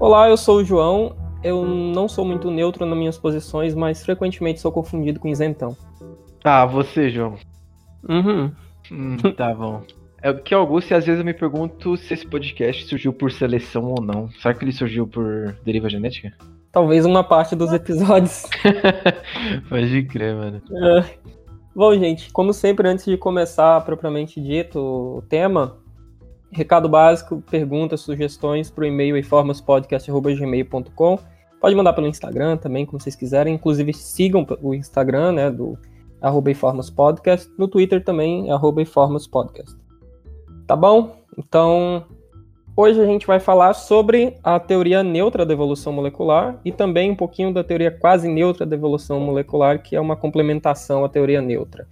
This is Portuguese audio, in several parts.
Olá, eu sou o João. Eu não sou muito neutro nas minhas posições, mas frequentemente sou confundido com isentão. Ah, você, João. Uhum. Tá bom. É que Augusto, e às vezes eu me pergunto se esse podcast surgiu por seleção ou não. Será que ele surgiu por deriva genética? Talvez uma parte dos episódios. Pode crer, mano. Bom, gente, como sempre, antes de começar propriamente dito o tema, recado básico, perguntas, sugestões para o e-mail informaspodcast@gmail.com. Pode mandar pelo Instagram também, como vocês quiserem. Inclusive, sigam o Instagram, né, do @informaspodcast. No Twitter também, @informaspodcast. Tá bom? Então, hoje a gente vai falar sobre a teoria neutra da evolução molecular e também um pouquinho da teoria quase neutra da evolução molecular, que é uma complementação à teoria neutra.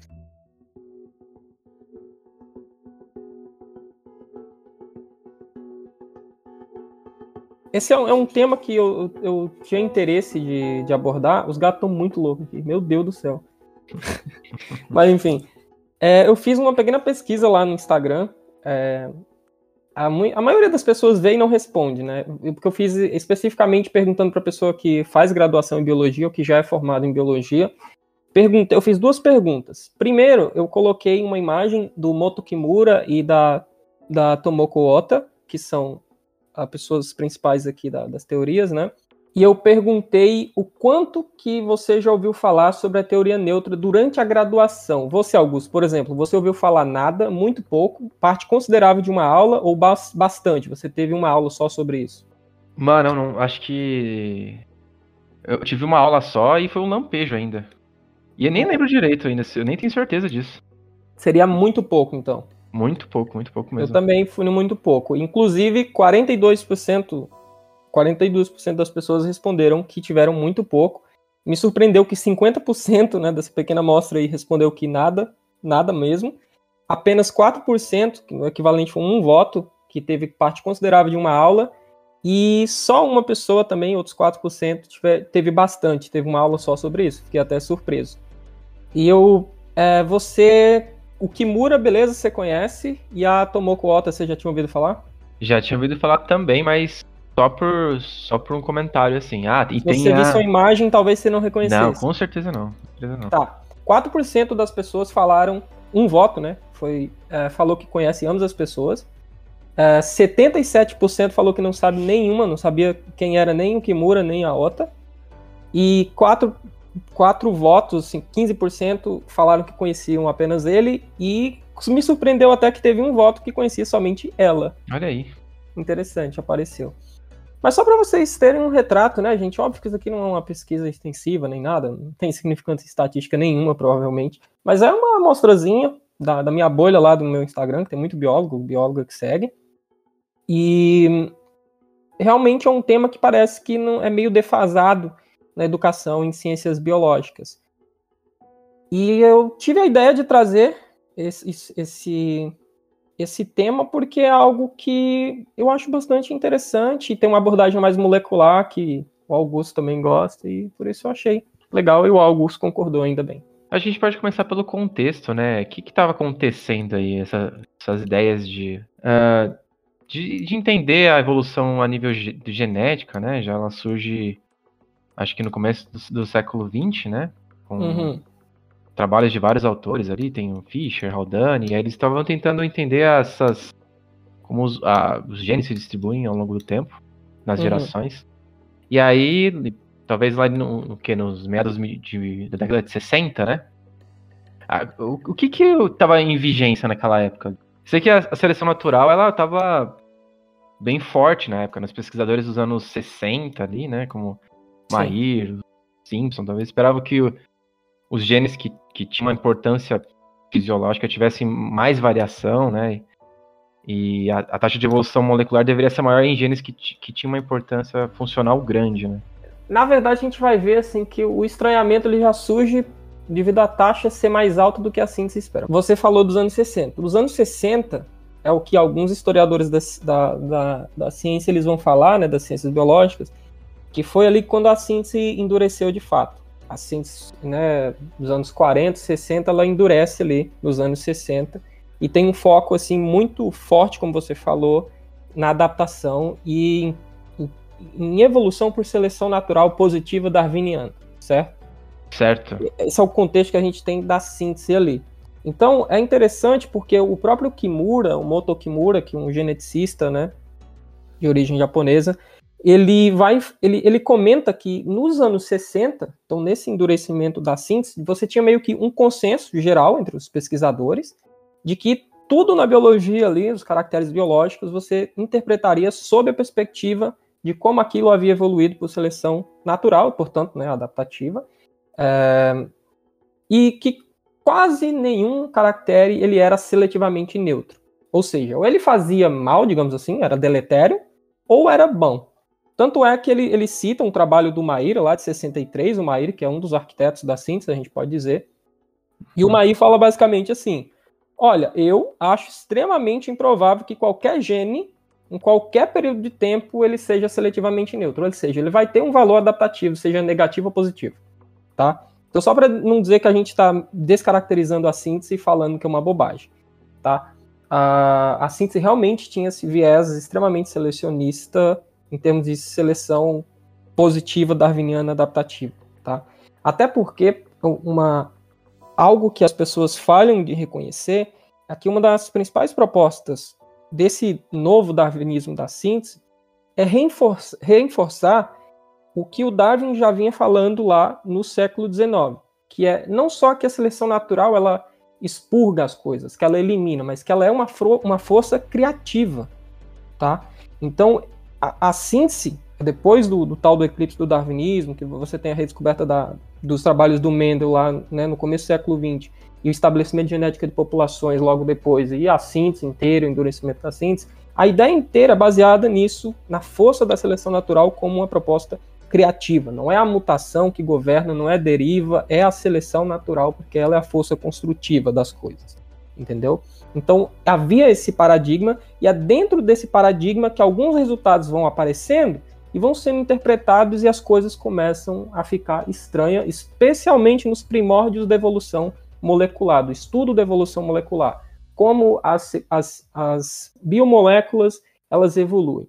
Esse é um tema que eu tinha interesse de abordar. Os gatos estão muito loucos aqui, meu Deus do céu. Mas enfim, eu fiz uma pequena pesquisa lá no Instagram. A maioria das pessoas vê e não responde, né? Porque eu fiz especificamente perguntando para a pessoa que faz graduação em biologia ou que já é formada em biologia. Eu fiz duas perguntas. Primeiro, eu coloquei uma imagem do Moto Kimura e da Tomoko Ota, que são as pessoas principais aqui das teorias, né? E eu perguntei o quanto que você já ouviu falar sobre a teoria neutra durante a graduação. Você, Augusto, por exemplo, você ouviu falar nada, muito pouco, parte considerável de uma aula ou bastante? Você teve uma aula só sobre isso? Mano, eu não, acho que eu tive uma aula só e foi um lampejo ainda. E eu nem lembro direito ainda, eu nem tenho certeza disso. Seria muito pouco, então. Muito pouco mesmo. Eu também fui no muito pouco. Inclusive, 42% das pessoas responderam que tiveram muito pouco. Me surpreendeu que 50%, né, dessa pequena amostra aí respondeu que nada mesmo. Apenas 4%, que o equivalente a um voto, que teve parte considerável de uma aula. E só uma pessoa também, outros 4%, teve bastante, teve uma aula só sobre isso. Fiquei até surpreso. E o Kimura, beleza, você conhece. E a Tomoko Ota, você já tinha ouvido falar? Já tinha ouvido falar também, mas só por um comentário assim. E tem você visse uma imagem, talvez você não reconhecesse. Não, com certeza não. Tá. 4% das pessoas falaram um voto, né? Falou que conhece ambas as pessoas. 77% falou que não sabe nenhuma, não sabia quem era nem o Kimura, nem a Ota. E 4 votos, assim, 15% falaram que conheciam apenas ele. E me surpreendeu até que teve um voto que conhecia somente ela. Olha aí. Interessante, apareceu. Mas só para vocês terem um retrato, né, gente? Óbvio que isso aqui não é uma pesquisa extensiva nem nada, não tem significância estatística nenhuma, provavelmente. Mas é uma amostrazinha da minha bolha lá do meu Instagram, que tem muito biólogo que segue. E realmente é um tema que parece que não é meio defasado na educação em ciências biológicas. E eu tive a ideia de trazer esse tema porque é algo que eu acho bastante interessante e tem uma abordagem mais molecular que o Augusto também gosta e por isso eu achei legal e o Augusto concordou ainda bem. A gente pode começar pelo contexto, né? O que estava acontecendo aí, essas ideias de entender a evolução a nível de genética, né? Já ela surge, acho que no começo do século XX, né? Com trabalhos de vários autores ali, tem o Fischer, Haldane, e aí eles estavam tentando entender como os genes se distribuem ao longo do tempo, nas gerações. E aí, talvez lá nos meados da década de 60, né? O que estava em vigência naquela época? Sei que a seleção natural, ela estava bem forte na época, nos pesquisadores dos anos 60 ali, né? Como Mair, Simpson, talvez esperavam que os genes que tinham uma importância fisiológica tivessem mais variação, né? E a taxa de evolução molecular deveria ser maior em genes que tinham uma importância funcional grande, né? Na verdade, a gente vai ver assim que o estranhamento ele já surge devido à taxa ser mais alta do que assim se espera. Você falou dos anos 60. Os anos 60 é o que alguns historiadores da ciência eles vão falar, né, das ciências biológicas, que foi ali quando a síntese endureceu de fato. A síntese, né, dos anos 40, 60, ela endurece ali nos anos 60 e tem um foco assim muito forte, como você falou, na adaptação e em evolução por seleção natural positiva darwiniana, certo? Certo. Esse é o contexto que a gente tem da síntese ali. Então, é interessante porque o próprio Kimura, o Moto Kimura, que é um geneticista, né, de origem japonesa, ele comenta que nos anos 60, então nesse endurecimento da síntese, você tinha meio que um consenso geral entre os pesquisadores de que tudo na biologia ali, os caracteres biológicos, você interpretaria sob a perspectiva de como aquilo havia evoluído por seleção natural, portanto, né, adaptativa, e que quase nenhum caractere ele era seletivamente neutro. Ou seja, ou ele fazia mal, digamos assim, era deletério, ou era bom. Tanto é que ele cita um trabalho do Maíra, lá de 63, o Maíra, que é um dos arquitetos da síntese, a gente pode dizer. E o Maíra fala basicamente assim: olha, eu acho extremamente improvável que qualquer gene, em qualquer período de tempo, ele seja seletivamente neutro. Ou seja, ele vai ter um valor adaptativo, seja negativo ou positivo. Tá? Então, só para não dizer que a gente está descaracterizando a síntese e falando que é uma bobagem. Tá? A síntese realmente tinha esse viés extremamente selecionista em termos de seleção positiva darwiniana adaptativa. Tá? Até porque algo que as pessoas falham de reconhecer é que uma das principais propostas desse novo darwinismo da síntese é reforçar o que o Darwin já vinha falando lá no século XIX, que é não só que a seleção natural ela expurga as coisas, que ela elimina, mas que ela é uma força criativa, tá? Então, a síntese, depois do tal do eclipse do darwinismo, que você tem a redescoberta dos trabalhos do Mendel lá, né, no começo do século XX, e o estabelecimento de genética de populações logo depois, e a síntese inteira, o endurecimento da síntese, a ideia inteira é baseada nisso, na força da seleção natural como uma proposta criativa. Não é a mutação que governa, não é a deriva, é a seleção natural, porque ela é a força construtiva das coisas. Entendeu? Então, havia esse paradigma, e é dentro desse paradigma que alguns resultados vão aparecendo e vão sendo interpretados e as coisas começam a ficar estranhas, especialmente nos primórdios da evolução molecular, do estudo da evolução molecular. Como as biomoléculas, elas evoluem.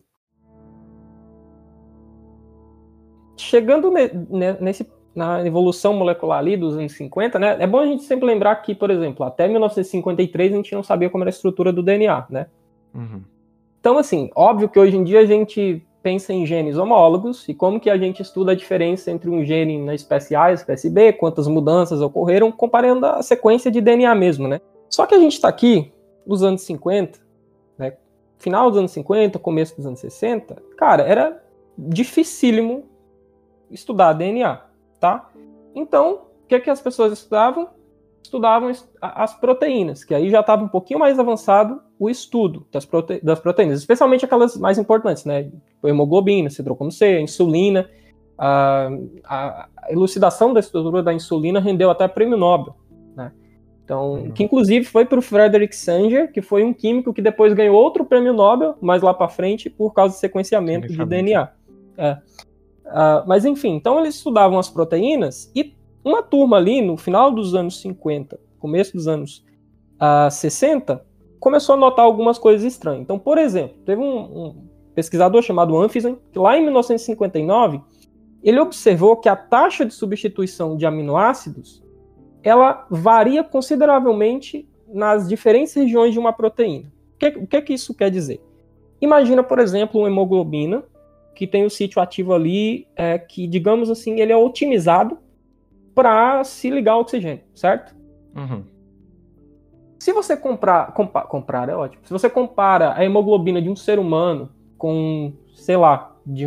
Chegando na evolução molecular ali dos anos 50, né, é bom a gente sempre lembrar que, por exemplo, até 1953 a gente não sabia como era a estrutura do DNA, né? Uhum. Então, assim, óbvio que hoje em dia a gente pensa em genes homólogos e como que a gente estuda a diferença entre um gene na espécie A e a espécie B, quantas mudanças ocorreram, comparando a sequência de DNA mesmo, né? Só que a gente está aqui nos anos 50, né? Final dos anos 50, começo dos anos 60, cara, era dificílimo estudar DNA, tá? Então, o que as pessoas estudavam? Estudavam as proteínas, que aí já estava um pouquinho mais avançado o estudo das proteínas, especialmente aquelas mais importantes, né? A hemoglobina, citocromo C, a insulina. A elucidação da estrutura da insulina rendeu até prêmio Nobel, né? Então, que inclusive foi para o Frederick Sanger, que foi um químico que depois ganhou outro prêmio Nobel, mais lá para frente, por causa do sequenciamento de DNA. Mas enfim, então eles estudavam as proteínas e uma turma ali no final dos anos 50, começo dos anos 60, começou a notar algumas coisas estranhas. Então, por exemplo, teve um pesquisador chamado Amphisen, que lá em 1959, ele observou que a taxa de substituição de aminoácidos, ela varia consideravelmente nas diferentes regiões de uma proteína. O que isso quer dizer? Imagina, por exemplo, uma hemoglobina, que tem o sítio ativo ali, que, digamos assim, ele é otimizado para se ligar ao oxigênio, certo? Uhum. Se você comprar é ótimo. Se você compara a hemoglobina de um ser humano com, sei lá, de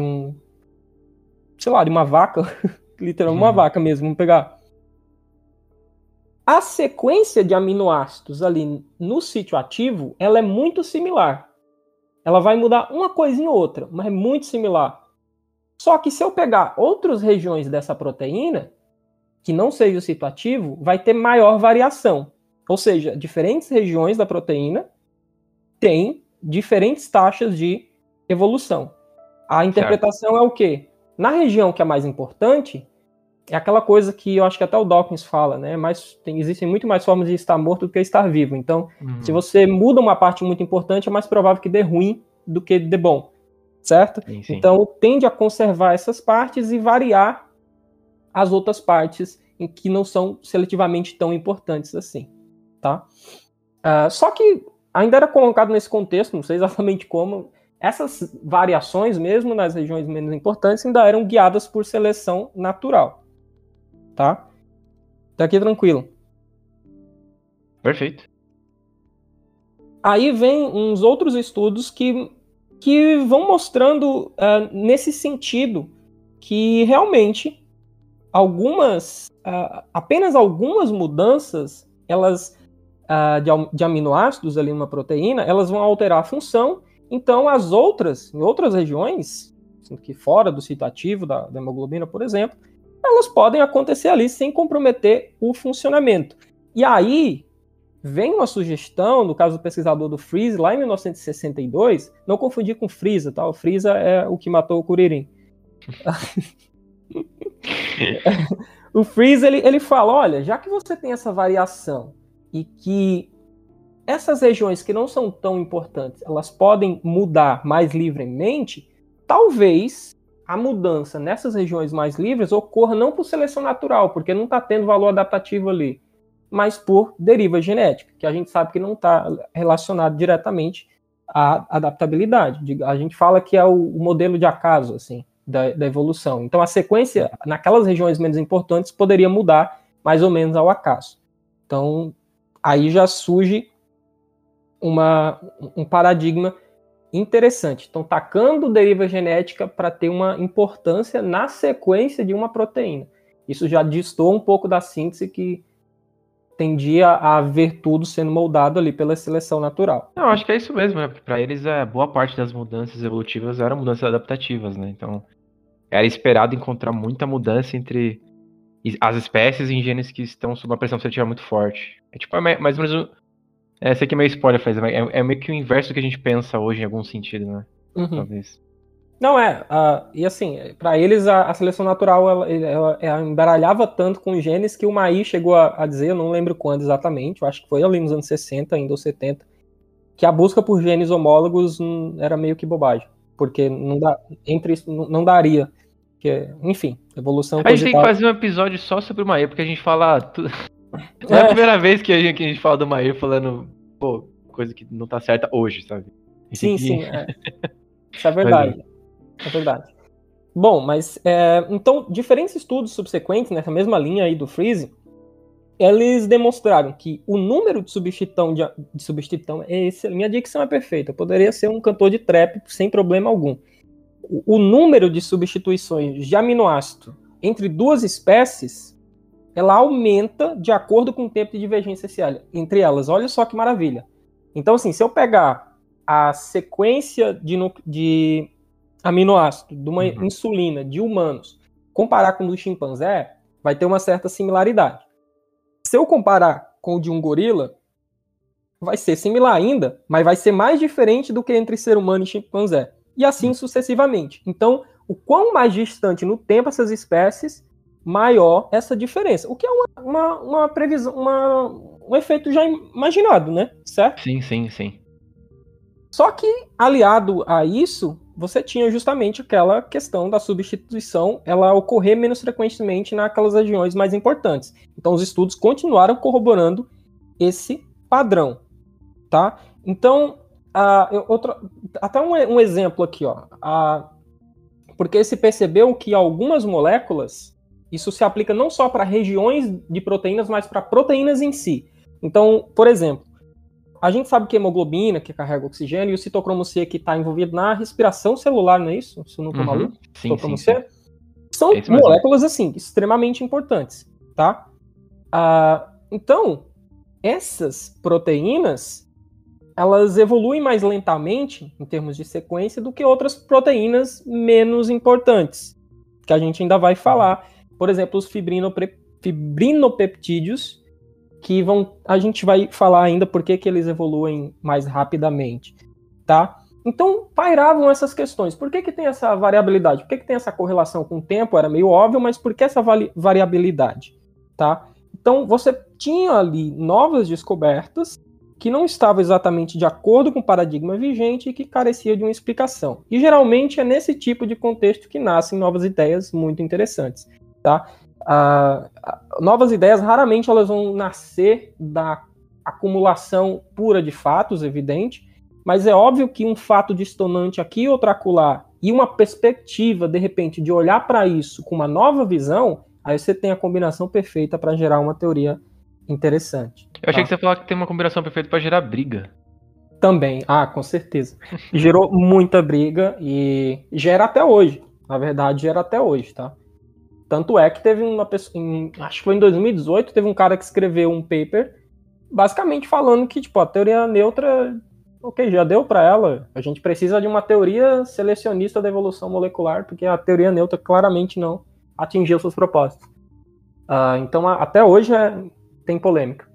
uma vaca, literalmente uma vaca mesmo, vamos pegar. A sequência de aminoácidos ali no sítio ativo, ela é muito similar. Ela vai mudar uma coisinha ou outra, mas é muito similar. Só que se eu pegar outras regiões dessa proteína, que não seja o sítio ativo, vai ter maior variação. Ou seja, diferentes regiões da proteína têm diferentes taxas de evolução. A interpretação é o quê? Na região que é mais importante, é aquela coisa que eu acho que até o Dawkins fala, né? Existem muito mais formas de estar morto do que estar vivo. Então, se você muda uma parte muito importante, é mais provável que dê ruim do que dê bom. certo? Sim, sim. Então, tende a conservar essas partes e variar as outras partes em que não são seletivamente tão importantes assim, tá? Só que ainda era colocado nesse contexto, não sei exatamente como, essas variações mesmo nas regiões menos importantes ainda eram guiadas por seleção natural, tá? Tá aqui tranquilo. Perfeito. Aí vem uns outros estudos que vão mostrando nesse sentido que realmente apenas algumas mudanças, elas de aminoácidos ali numa proteína, elas vão alterar a função. Então, em outras regiões, que fora do sítio ativo da hemoglobina, por exemplo, elas podem acontecer ali sem comprometer o funcionamento. E aí vem uma sugestão, no caso do pesquisador do Fries, lá em 1962, não confundir com Frisa, tá? O Frisa é o que matou o Curirim. O Fries, ele fala, olha, já que você tem essa variação e que essas regiões que não são tão importantes, elas podem mudar mais livremente, talvez a mudança nessas regiões mais livres ocorra não por seleção natural, porque não está tendo valor adaptativo ali, mas por deriva genética, que a gente sabe que não está relacionado diretamente à adaptabilidade. A gente fala que é o modelo de acaso, assim, da evolução. Então, a sequência, naquelas regiões menos importantes, poderia mudar mais ou menos ao acaso. Então, aí já surge um paradigma interessante. Então, tacando deriva genética para ter uma importância na sequência de uma proteína. Isso já distou um pouco da síntese que tendia a ver tudo sendo moldado ali pela seleção natural. Eu acho que é isso mesmo, né? Porque para eles, boa parte das mudanças evolutivas eram mudanças adaptativas, né? Então, era esperado encontrar muita mudança entre as espécies em genes que estão sob uma pressão seletiva muito forte. É tipo, mais ou menos... Esse aqui é meio spoiler, é meio que o inverso do que a gente pensa hoje em algum sentido, né? Uhum. Talvez. Não, e assim, para eles a seleção natural ela embaralhava tanto com genes que o Mai chegou a dizer, eu não lembro quando exatamente, eu acho que foi ali nos anos 60 ainda, ou 70, que a busca por genes homólogos era meio que bobagem, porque não daria. Porque, enfim, evolução A gente tem que cogital. fazer um episódio só sobre o Maia, porque a gente fala... Não é a primeira vez que a gente fala do Maia falando, pô, coisa que não tá certa hoje, sabe? Sim. Isso é verdade. É verdade. Bom, mas então, diferentes estudos subsequentes, nessa mesma linha aí do Fries, eles demonstraram que o número de substituição minha dicção é perfeita, eu poderia ser um cantor de trap sem problema algum. O número de substituições de aminoácido entre duas espécies, ela aumenta de acordo com o tempo de divergência entre elas. Olha só que maravilha. Então, assim, se eu pegar a sequência de aminoácido de uma insulina de humanos, comparar com o do chimpanzé, vai ter uma certa similaridade. Se eu comparar com o de um gorila, vai ser similar ainda, mas vai ser mais diferente do que entre ser humano e chimpanzé. E assim sucessivamente. Então, o quão mais distante no tempo essas espécies, maior essa diferença. O que é uma previsão, um efeito já imaginado, né? Certo? Sim. Só que, aliado a isso, você tinha justamente aquela questão da substituição ela ocorrer menos frequentemente naquelas regiões mais importantes. Então, os estudos continuaram corroborando esse padrão, tá? Então, até um exemplo aqui, ó. Porque se percebeu que algumas moléculas, isso se aplica não só para regiões de proteínas, mas para proteínas em si. Então, por exemplo, a gente sabe que a hemoglobina, que carrega oxigênio, e o citocromo C, que está envolvido na respiração celular, não é isso? Se eu não estou maluco? Sim. São moléculas, assim, extremamente importantes, tá? Então, essas proteínas, elas evoluem mais lentamente, em termos de sequência, do que outras proteínas menos importantes, que a gente ainda vai falar. Por exemplo, os fibrinopeptídeos, que a gente vai falar ainda por que eles evoluem mais rapidamente, tá? Então, pairavam essas questões. Por que tem essa variabilidade? Por que tem essa correlação com o tempo? Era meio óbvio, mas por que essa variabilidade, tá? Então, você tinha ali novas descobertas que não estava exatamente de acordo com o paradigma vigente e que carecia de uma explicação. E geralmente é nesse tipo de contexto que nascem novas ideias muito interessantes, tá? Novas ideias raramente elas vão nascer da acumulação pura de fatos, evidente, mas é óbvio que um fato dissonante aqui, outro acolá, e uma perspectiva, de repente, de olhar para isso com uma nova visão, aí você tem a combinação perfeita para gerar uma teoria interessante. Eu achei que você ia falar que tem uma combinação perfeita para gerar briga. Também, com certeza. Gerou muita briga e gera até hoje. Na verdade, gera até hoje, tá? Tanto é que teve uma pessoa, acho que foi em 2018, teve um cara que escreveu um paper basicamente falando que, tipo, a teoria neutra, ok, já deu para ela. A gente precisa de uma teoria selecionista da evolução molecular, porque a teoria neutra claramente não atingiu seus propósitos. Então, até hoje tem polêmica.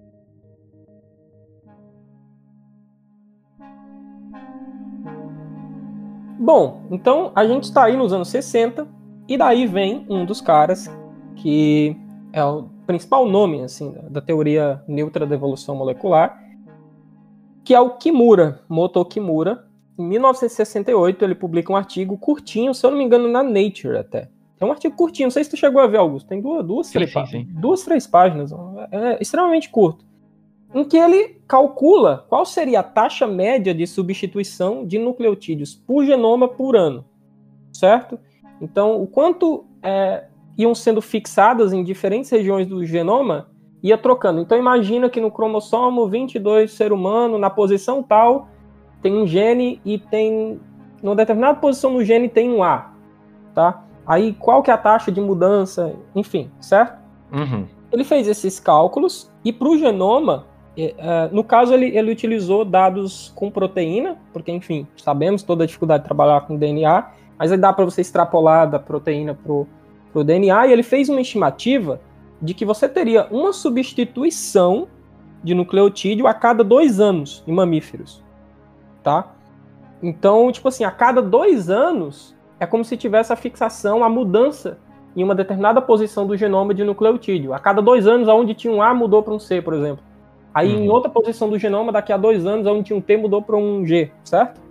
Bom, então a gente está aí nos anos 60, e daí vem um dos caras que é o principal nome assim, da teoria neutra da evolução molecular, que é o Kimura, Moto Kimura. Em 1968 ele publica um artigo curtinho, se eu não me engano na Nature até. É um artigo curtinho, não sei se tu chegou a ver, Augusto, tem duas, três páginas, é extremamente curto, em que ele calcula qual seria a taxa média de substituição de nucleotídeos por genoma por ano, certo? Então, o quanto iam sendo fixadas em diferentes regiões do genoma, ia trocando. Então, imagina que no cromossomo 22 ser humano, na posição tal, tem um gene e tem... numa determinada posição no gene tem um A, tá? Aí, qual que é a taxa de mudança? Enfim, certo? Uhum. Ele fez esses cálculos e para o genoma, no caso, ele utilizou dados com proteína, porque, enfim, sabemos toda a dificuldade de trabalhar com DNA, mas aí dá para você extrapolar da proteína para o DNA, e ele fez uma estimativa de que você teria uma substituição de nucleotídeo a cada 2 anos em mamíferos, tá? Então, tipo assim, a cada 2 anos é como se tivesse a fixação, a mudança em uma determinada posição do genoma de nucleotídeo. A cada 2 anos, onde tinha um A, mudou para um C, por exemplo. Aí, em outra posição do genoma, daqui a 2 anos, onde tinha um T, mudou para um G, certo?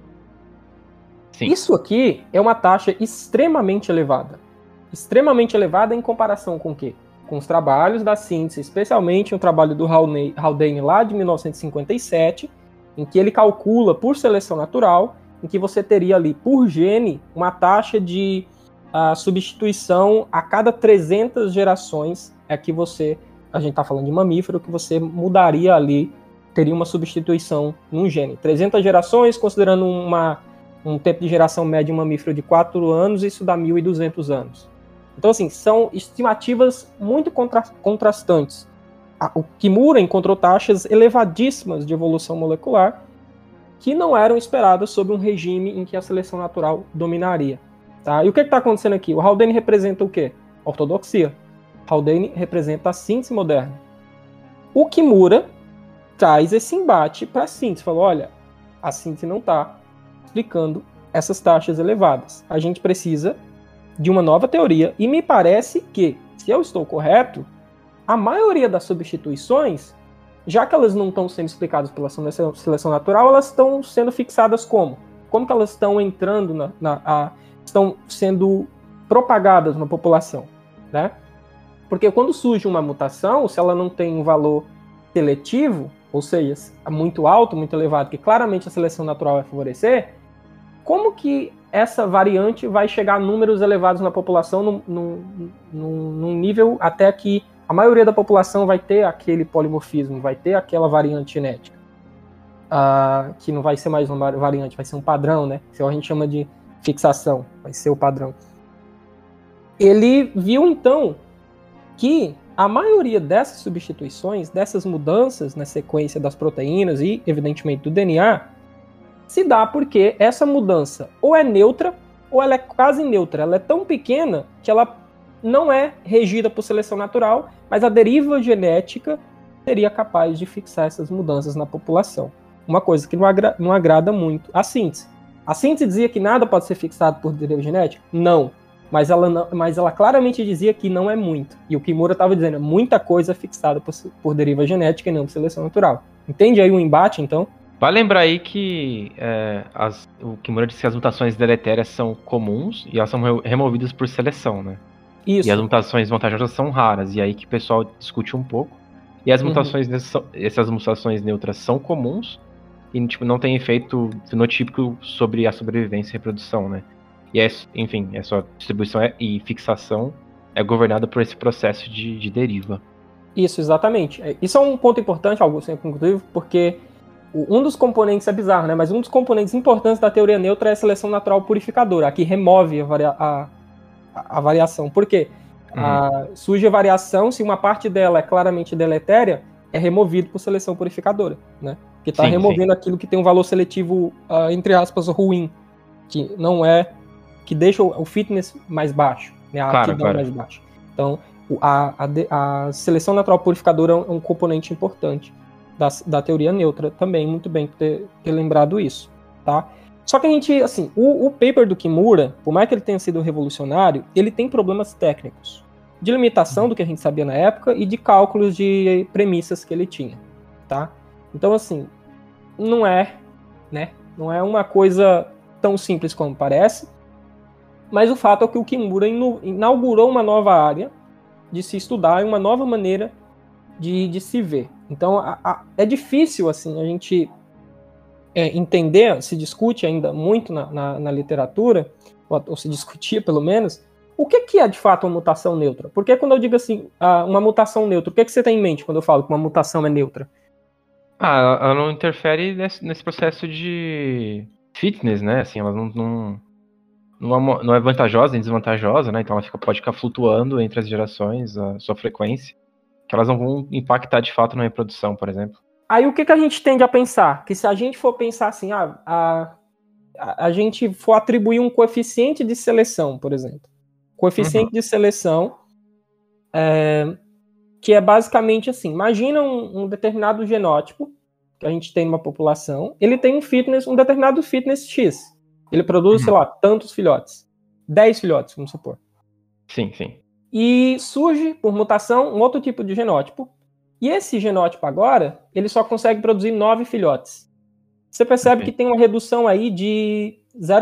Sim. Isso aqui é uma taxa extremamente elevada. Extremamente elevada em comparação com o quê? Com os trabalhos da síntese, especialmente o trabalho do Haldane lá de 1957, em que ele calcula por seleção natural, em que você teria ali, por gene, uma taxa de substituição a cada 300 gerações, a gente está falando de mamífero, que você mudaria ali, teria uma substituição num gene. 300 gerações, considerando um tempo de geração médio de um mamífero de 4 anos, isso dá 1.200 anos. Então, assim, são estimativas muito contrastantes. O Kimura encontrou taxas elevadíssimas de evolução molecular que não eram esperadas sob um regime em que a seleção natural dominaria. Tá? E o que está acontecendo aqui? O Haldane representa o quê? Ortodoxia. Haldane representa a síntese moderna. O Kimura traz esse embate para a síntese. Falou, olha, a síntese não está explicando essas taxas elevadas. A gente precisa de uma nova teoria. E me parece que, se eu estou correto, a maioria das substituições, já que elas não estão sendo explicadas pela seleção natural, elas estão sendo fixadas como? Como que elas estão entrando estão sendo propagadas na população, né? Porque quando surge uma mutação, se ela não tem um valor seletivo, ou seja, muito alto, muito elevado, que claramente a seleção natural vai favorecer, como que essa variante vai chegar a números elevados na população num nível até que a maioria da população vai ter aquele polimorfismo, vai ter aquela variante genética, que não vai ser mais uma variante, vai ser um padrão, né? Que a gente chama de fixação, vai ser o padrão. Ele viu, então, que a maioria dessas substituições, dessas mudanças na sequência das proteínas e, evidentemente, do DNA, se dá porque essa mudança ou é neutra ou ela é quase neutra. Ela é tão pequena que ela não é regida por seleção natural, mas a deriva genética seria capaz de fixar essas mudanças na população. Uma coisa que não agrada muito a síntese. A síntese dizia que nada pode ser fixado por deriva genética? Não. mas ela claramente dizia que não é muito. E o Kimura estava dizendo, muita coisa fixada por deriva genética e não por seleção natural. Entende aí o embate, então? Vai lembrar aí que o Kimura disse que as mutações deletérias são comuns e elas são removidas por seleção, né? Isso. E as mutações vantajosas são raras, e aí que o pessoal discute um pouco. E as mutações essas mutações neutras são comuns e tipo, não tem efeito fenotípico sobre a sobrevivência e reprodução, né? E enfim, a sua distribuição e fixação é governada por esse processo de deriva. Isso, exatamente. Isso é um ponto importante, Augusto, inclusive, porque um dos componentes, é bizarro, né? Mas um dos componentes importantes da teoria neutra é a seleção natural purificadora, a que remove a variação. Por quê? Surge a variação, se uma parte dela é claramente deletéria, é removido por seleção purificadora, né? Que está removendo aquilo que tem um valor seletivo, entre aspas, ruim, que não é, que deixa o fitness mais baixo, né? A aptidão mais baixa. Então, a seleção natural purificadora é um componente importante da teoria neutra também, muito bem ter lembrado isso, tá? Só que a gente, assim, o paper do Kimura, por mais que ele tenha sido revolucionário, ele tem problemas técnicos, de limitação do que a gente sabia na época e de cálculos de premissas que ele tinha, tá? Então, assim, não é uma coisa tão simples como parece, mas o fato é que o Kimura inaugurou uma nova área de se estudar e uma nova maneira de se ver. Então, é difícil, assim, a gente entender, se discute ainda muito na literatura, ou se discutia pelo menos, o que é de fato uma mutação neutra? Porque quando eu digo assim, uma mutação neutra, o que você tem em mente quando eu falo que uma mutação é neutra? Ela não interfere nesse processo de fitness, né? Assim, ela não é vantajosa nem desvantajosa, né? Então ela pode ficar flutuando entre as gerações, a sua frequência, que elas não vão impactar de fato na reprodução, por exemplo. Aí o que a gente tende a pensar? Que se a gente for pensar assim, a gente for atribuir um coeficiente de seleção, por exemplo. Coeficiente de seleção, que é basicamente assim, imagina um determinado genótipo que a gente tem numa população, ele tem um determinado fitness X. Ele produz, sei lá, tantos filhotes. 10 filhotes, vamos supor. Sim, sim. E surge, por mutação, um outro tipo de genótipo. E esse genótipo agora, ele só consegue produzir 9 filhotes. Você percebe que tem uma redução aí de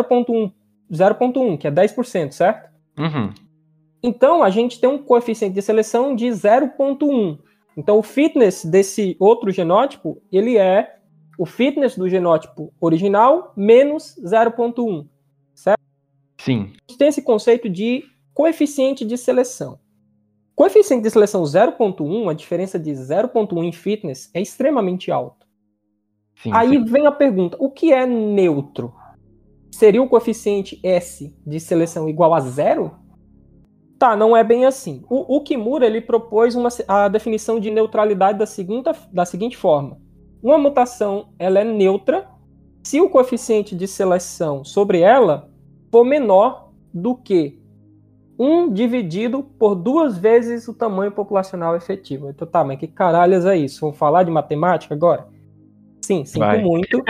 0,1, que é 10%, certo? Então, a gente tem um coeficiente de seleção de 0,1. Então, o fitness desse outro genótipo, ele é o fitness do genótipo original menos 0,1, certo? Sim. A gente tem esse conceito de coeficiente de seleção. Coeficiente de seleção 0,1, a diferença de 0,1 em fitness é extremamente alta. Aí vem a pergunta, o que é neutro? Seria o coeficiente S de seleção igual a 0? Tá, não é bem assim. O Kimura, ele propôs a definição de neutralidade da seguinte forma. Uma mutação, ela é neutra se o coeficiente de seleção sobre ela for menor do que 1 dividido por 2 vezes o tamanho populacional efetivo. Então tá, mas que caralhas é isso? Vamos falar de matemática agora? Sim, sinto muito,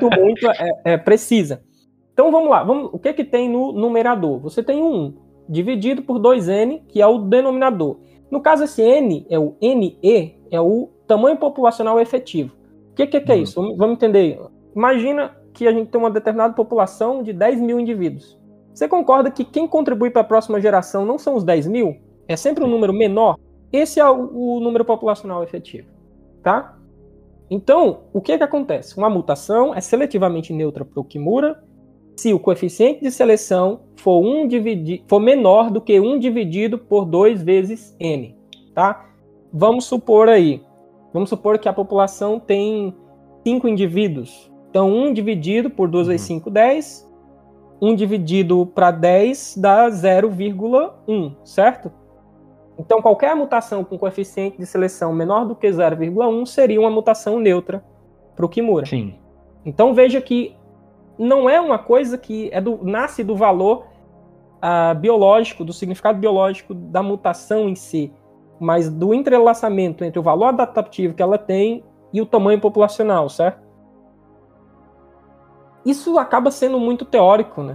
precisa. Então vamos lá, o que tem no numerador? Você tem um 1 dividido por 2n, que é o denominador. No caso, esse n, o NE, é o tamanho populacional efetivo. O que é isso? Vamos entender. Imagina que a gente tem uma determinada população de 10 mil indivíduos. Você concorda que quem contribui para a próxima geração não são os 10 mil? É sempre um número menor? Esse é o número populacional efetivo. Tá? Então, o que acontece? Uma mutação é seletivamente neutra para o Kimura se o coeficiente de seleção for menor do que 1 dividido por 2 vezes n. Tá? Vamos supor que a população tem 5 indivíduos. Então, 1 dividido por 2 vezes 5, 10. 1 dividido para 10 dá 0,1, certo? Então, qualquer mutação com coeficiente de seleção menor do que 0,1 seria uma mutação neutra para o Kimura. Sim. Então, veja que não é uma coisa que nasce do valor biológico, do significado biológico da mutação em si, mas do entrelaçamento entre o valor adaptativo que ela tem e o tamanho populacional, certo? Isso acaba sendo muito teórico, né?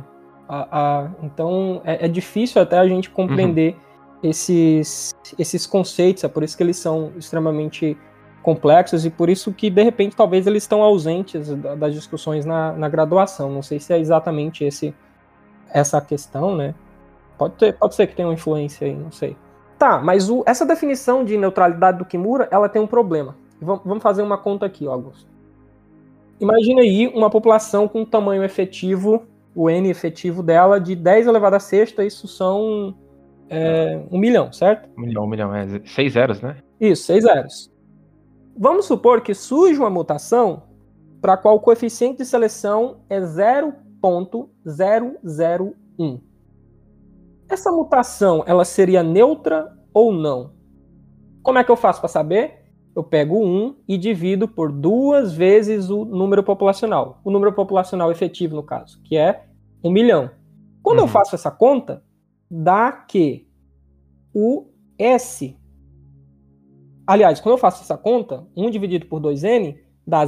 Então é difícil até a gente compreender esses conceitos, é por isso que eles são extremamente complexos e por isso que, de repente, talvez eles estão ausentes das discussões na graduação. Não sei se é exatamente essa questão, né? Pode ser que tenha uma influência aí, não sei. Tá, mas essa definição de neutralidade do Kimura, ela tem um problema. Vamos fazer uma conta aqui, Augusto. Imagina aí uma população com tamanho efetivo, o N efetivo dela, de 10 elevado a sexta, isso são 1 milhão, certo? 1 milhão, 6 zeros, né? Isso, 6 zeros. Vamos supor que surge uma mutação para a qual o coeficiente de seleção é 0,001. Essa mutação, ela seria neutra ou não? Como é que eu faço para saber? Eu pego 1 e divido por 2 vezes o número populacional. O número populacional efetivo, no caso, que é 1 milhão. Quando eu faço essa conta, dá que o S... Aliás, quando eu faço essa conta, 1 dividido por 2N dá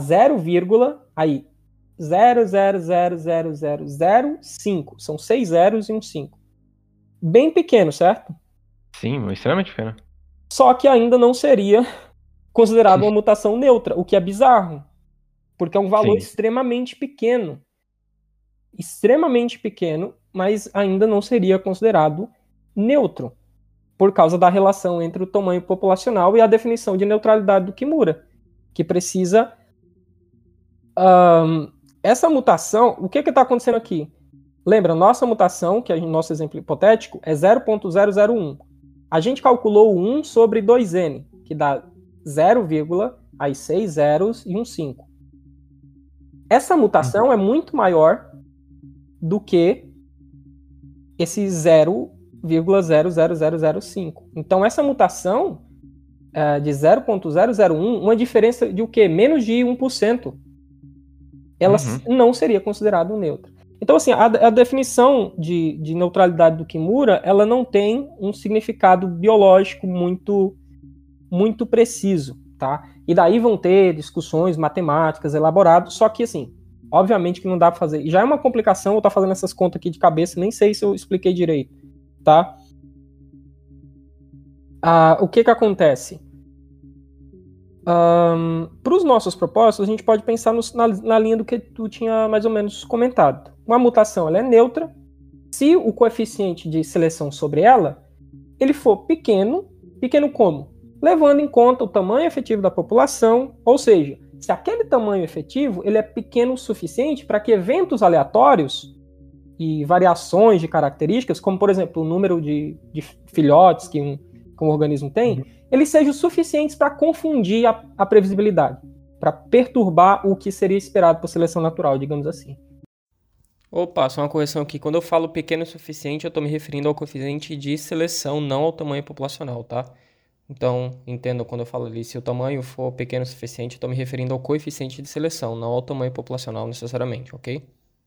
0,0000005. São 6 zeros e um 5. Bem pequeno, certo? Sim, extremamente pequeno. Só que ainda não seria considerado uma mutação neutra, o que é bizarro, porque é um valor extremamente pequeno. Extremamente pequeno, mas ainda não seria considerado neutro, por causa da relação entre o tamanho populacional e a definição de neutralidade do Kimura, que precisa... essa mutação, o que está acontecendo aqui? Lembra, nossa mutação, que é o nosso exemplo hipotético, é 0,001. A gente calculou 1 sobre 2N, que dá 0,6 zeros e um 5. Essa mutação é muito maior do que esse 0,00005. Então, essa mutação de 0,001, uma diferença de o quê? Menos de 1%. Ela não seria considerada neutra. Então, assim, a definição de neutralidade do Kimura, ela não tem um significado biológico muito preciso, tá? E daí vão ter discussões matemáticas elaboradas, só que, assim, obviamente que não dá pra fazer. Já é uma complicação eu estar fazendo essas contas aqui de cabeça, nem sei se eu expliquei direito, tá? O que acontece? Para os nossos propósitos, a gente pode pensar na linha do que tu tinha mais ou menos comentado. Uma mutação ela é neutra se o coeficiente de seleção sobre ela ele for pequeno como? Levando em conta o tamanho efetivo da população, ou seja, se aquele tamanho efetivo ele é pequeno o suficiente para que eventos aleatórios e variações de características, como por exemplo o número de filhotes que um organismo tem, eles sejam suficientes para confundir a previsibilidade, para perturbar o que seria esperado por seleção natural, digamos assim. Opa, só uma correção aqui. Quando eu falo pequeno o suficiente, eu estou me referindo ao coeficiente de seleção, não ao tamanho populacional, tá? Então, entendam quando eu falo ali, se o tamanho for pequeno o suficiente, eu estou me referindo ao coeficiente de seleção, não ao tamanho populacional necessariamente, ok?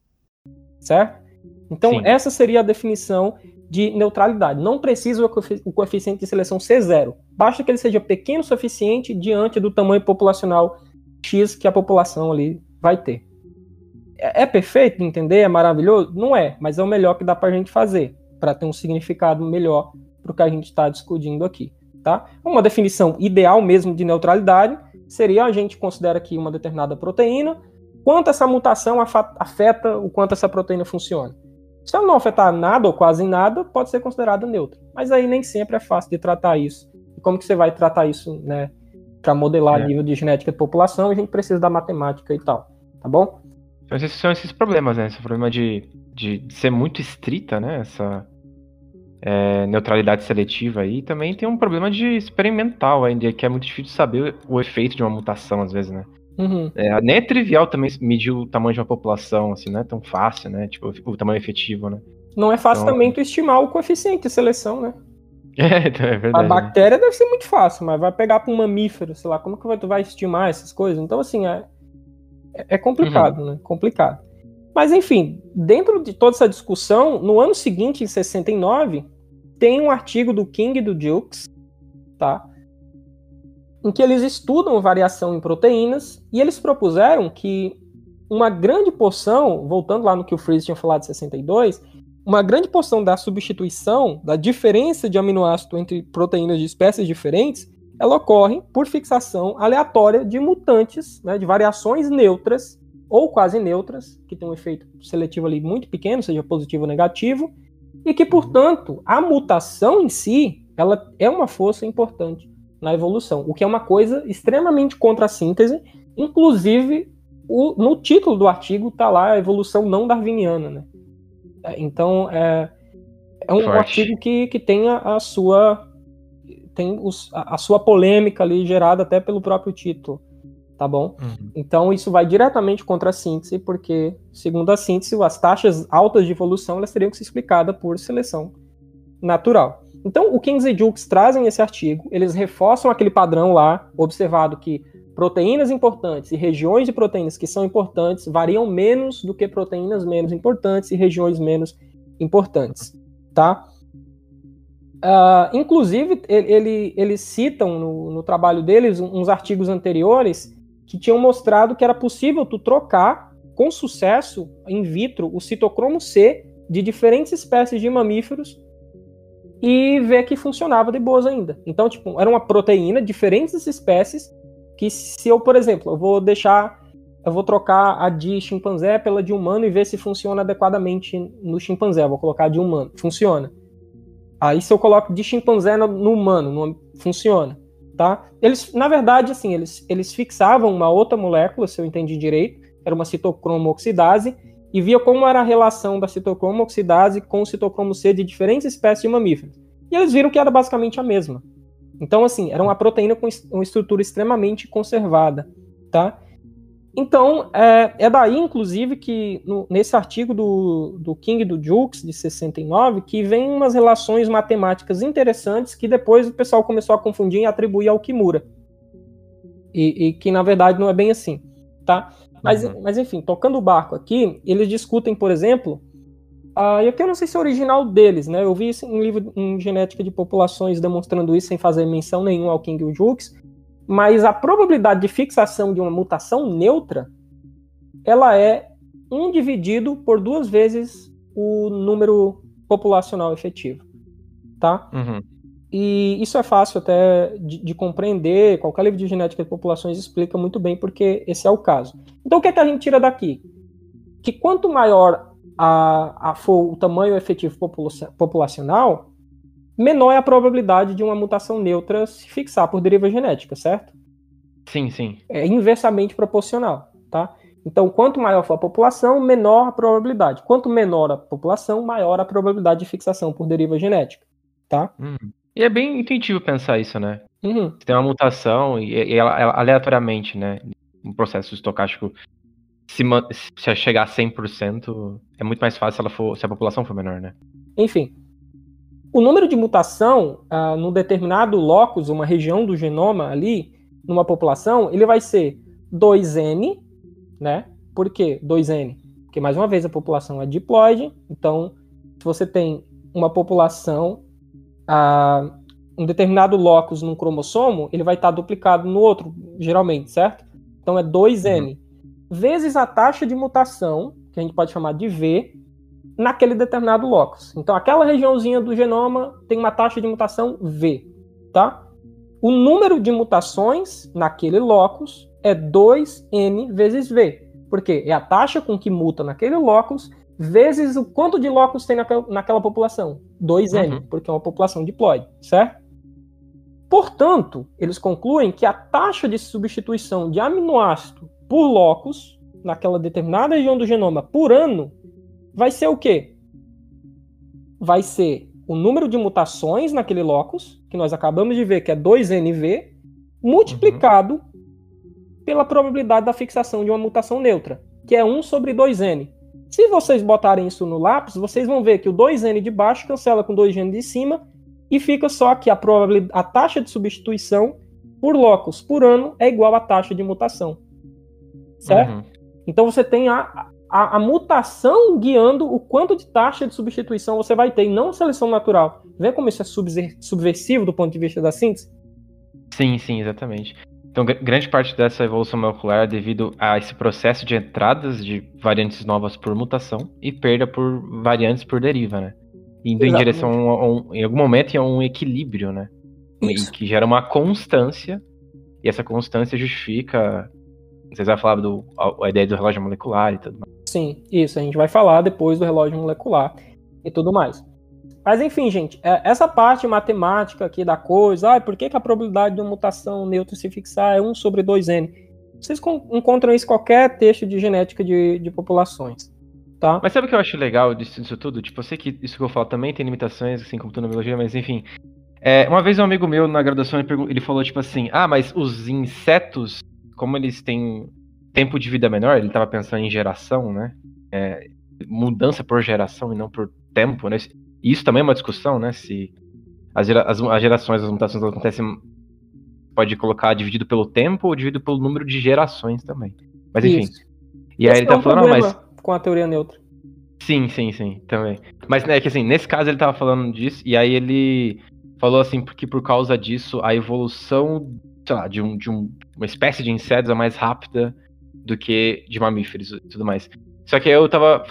Certo? Então, essa seria a definição de neutralidade. Não precisa o coeficiente de seleção ser 0. Basta que ele seja pequeno o suficiente diante do tamanho populacional X que a população ali vai ter. É perfeito de entender? É maravilhoso? Não é, mas é o melhor que dá pra gente fazer, para ter um significado melhor pro que a gente está discutindo aqui. Tá? Uma definição ideal mesmo de neutralidade seria a gente considera aqui uma determinada proteína, quanto essa mutação afeta o quanto essa proteína funciona. Se ela não afetar nada ou quase nada, pode ser considerada neutra. Mas aí nem sempre é fácil de tratar isso. E como que você vai tratar isso, né, para modelar nível de genética de população? A gente precisa da matemática e tal, tá bom? São esses problemas, né? Esse problema de ser muito estrita, né? Essa neutralidade seletiva aí. Também tem um problema de experimental ainda, que é muito difícil saber o efeito de uma mutação, às vezes, né? Nem é trivial também medir o tamanho de uma população, assim, não é tão fácil, né? Tipo, o tamanho efetivo, né? Não é fácil então, também tu estimar o coeficiente de seleção, né? Então é verdade. A bactéria deve ser muito fácil, mas vai pegar para um mamífero, sei lá, como que tu vai estimar essas coisas? Então, assim, é complicado, né? Complicado. Mas, enfim, dentro de toda essa discussão, no ano seguinte, em 69, tem um artigo do King e do Jukes, tá? Em que eles estudam variação em proteínas e eles propuseram que uma grande porção, voltando lá no que o Freeze tinha falado de 62, uma grande porção da substituição, da diferença de aminoácido entre proteínas de espécies diferentes, ela ocorre por fixação aleatória de mutantes, né, de variações neutras ou quase neutras, que tem um efeito seletivo ali muito pequeno, seja positivo ou negativo, e que, portanto, a mutação em si, ela é uma força importante na evolução, o que é uma coisa extremamente contra a síntese, inclusive no título do artigo está lá a evolução não darwiniana, né? Então, é um artigo que tem a sua polêmica ali, gerada até pelo próprio título, tá bom? Então, isso vai diretamente contra a síntese, porque, segundo a síntese, as taxas altas de evolução elas teriam que ser explicadas por seleção natural. Então, o Kings e Jukes trazem esse artigo, eles reforçam aquele padrão lá, observado que proteínas importantes e regiões de proteínas que são importantes variam menos do que proteínas menos importantes e regiões menos importantes, tá? Inclusive, eles citam no trabalho deles uns artigos anteriores que tinham mostrado que era possível tu trocar com sucesso in vitro o citocromo C de diferentes espécies de mamíferos e ver que funcionava de boas ainda. Então, tipo, era uma proteína de diferentes espécies que se eu, por exemplo, eu vou trocar a de chimpanzé pela de humano e ver se funciona adequadamente no chimpanzé. Eu vou colocar a de humano. Funciona. Aí se eu coloco de chimpanzé no humano, funciona. Tá? Eles, na verdade, assim, eles fixavam uma outra molécula, se eu entendi direito, era uma citocromo oxidase, e via como era a relação da citocromo oxidase com o citocromo C de diferentes espécies de mamíferos. E eles viram que era basicamente a mesma. Então, assim, era uma proteína com uma estrutura extremamente conservada, tá? Então, é daí, inclusive, que nesse artigo do King e do Jukes, de 69, que vem umas relações matemáticas interessantes que depois o pessoal começou a confundir e atribuir ao Kimura. E que, na verdade, não é bem assim, tá? Mas enfim, tocando o barco aqui, eles discutem, por exemplo, e aqui eu não sei se é original deles, né? Eu vi isso em um livro em genética de populações demonstrando isso sem fazer menção nenhuma ao King e ao Jukes, mas a probabilidade de fixação de uma mutação neutra, ela é 1 dividido por 2 vezes o número populacional efetivo, tá? E isso é fácil até de compreender, qualquer livro de genética de populações explica muito bem porque esse é o caso. Então o que é que a gente tira daqui? Que quanto maior for o tamanho efetivo populacional, menor é a probabilidade de uma mutação neutra se fixar por deriva genética, certo? Sim, sim. É inversamente proporcional, tá? Então, quanto maior for a população, menor a probabilidade. Quanto menor a população, maior a probabilidade de fixação por deriva genética, tá? E é bem intuitivo pensar isso, né? Se tem uma mutação e ela aleatoriamente, né? Um processo estocástico, se chegar a 100%, é muito mais fácil se a população for menor, né? Enfim, o número de mutação num determinado locus, uma região do genoma ali, numa população, ele vai ser 2N, né? Por quê 2N? Porque, mais uma vez, a população é diploide, então, se você tem uma população, um determinado locus num cromossomo, ele vai estar duplicado no outro, geralmente, certo? Então, é 2N. Vezes a taxa de mutação, que a gente pode chamar de V, naquele determinado locus. Então, aquela regiãozinha do genoma tem uma taxa de mutação V, tá? O número de mutações naquele locus é 2N vezes V. Por quê? É a taxa com que muta naquele locus vezes o quanto de locus tem naquela população. 2N, porque é uma população diploide, certo? Portanto, eles concluem que a taxa de substituição de aminoácido por locus, naquela determinada região do genoma por ano, vai ser o quê? Vai ser o número de mutações naquele locus, que nós acabamos de ver que é 2NV, multiplicado pela probabilidade da fixação de uma mutação neutra, que é 1 sobre 2N. Se vocês botarem isso no lápis, vocês vão ver que o 2N de baixo cancela com 2N de cima e fica só que a taxa de substituição por locus por ano é igual à taxa de mutação. Certo? Então você tem a mutação guiando o quanto de taxa de substituição você vai ter, e não seleção natural. Vê como isso é subversivo do ponto de vista da síntese? Sim, sim, exatamente. Então, grande parte dessa evolução molecular é devido a esse processo de entradas de variantes novas por mutação e perda por variantes por deriva, né? Indo em direção em algum momento, a um equilíbrio, né? E que gera uma constância, e essa constância justifica. Vocês vão falar a ideia do relógio molecular e tudo mais. Sim, isso. A gente vai falar depois do relógio molecular e tudo mais. Mas enfim, gente, essa parte matemática aqui da coisa, por que a probabilidade de uma mutação neutra se fixar é 1/2n? Vocês encontram isso em qualquer texto de genética de populações, tá? Mas sabe o que eu acho legal disso tudo? Tipo, eu sei que isso que eu falo também tem limitações, assim como tudo na biologia, mas enfim. Uma vez um amigo meu na graduação, ele falou tipo assim, mas os insetos, como eles têm tempo de vida menor, ele estava pensando em geração, né? Mudança por geração e não por tempo, né? E isso também é uma discussão, né? Se as gerações, as mutações acontecem, pode colocar dividido pelo tempo ou dividido pelo número de gerações também. Mas enfim. Isso. E aí ele tá falando, mas com a teoria neutra. Sim, também. Mas que assim, nesse caso ele tava falando disso, e aí ele falou assim, que por causa disso a evolução, sei lá, de uma espécie de insetos é mais rápida do que de mamíferos e tudo mais. Só que eu tava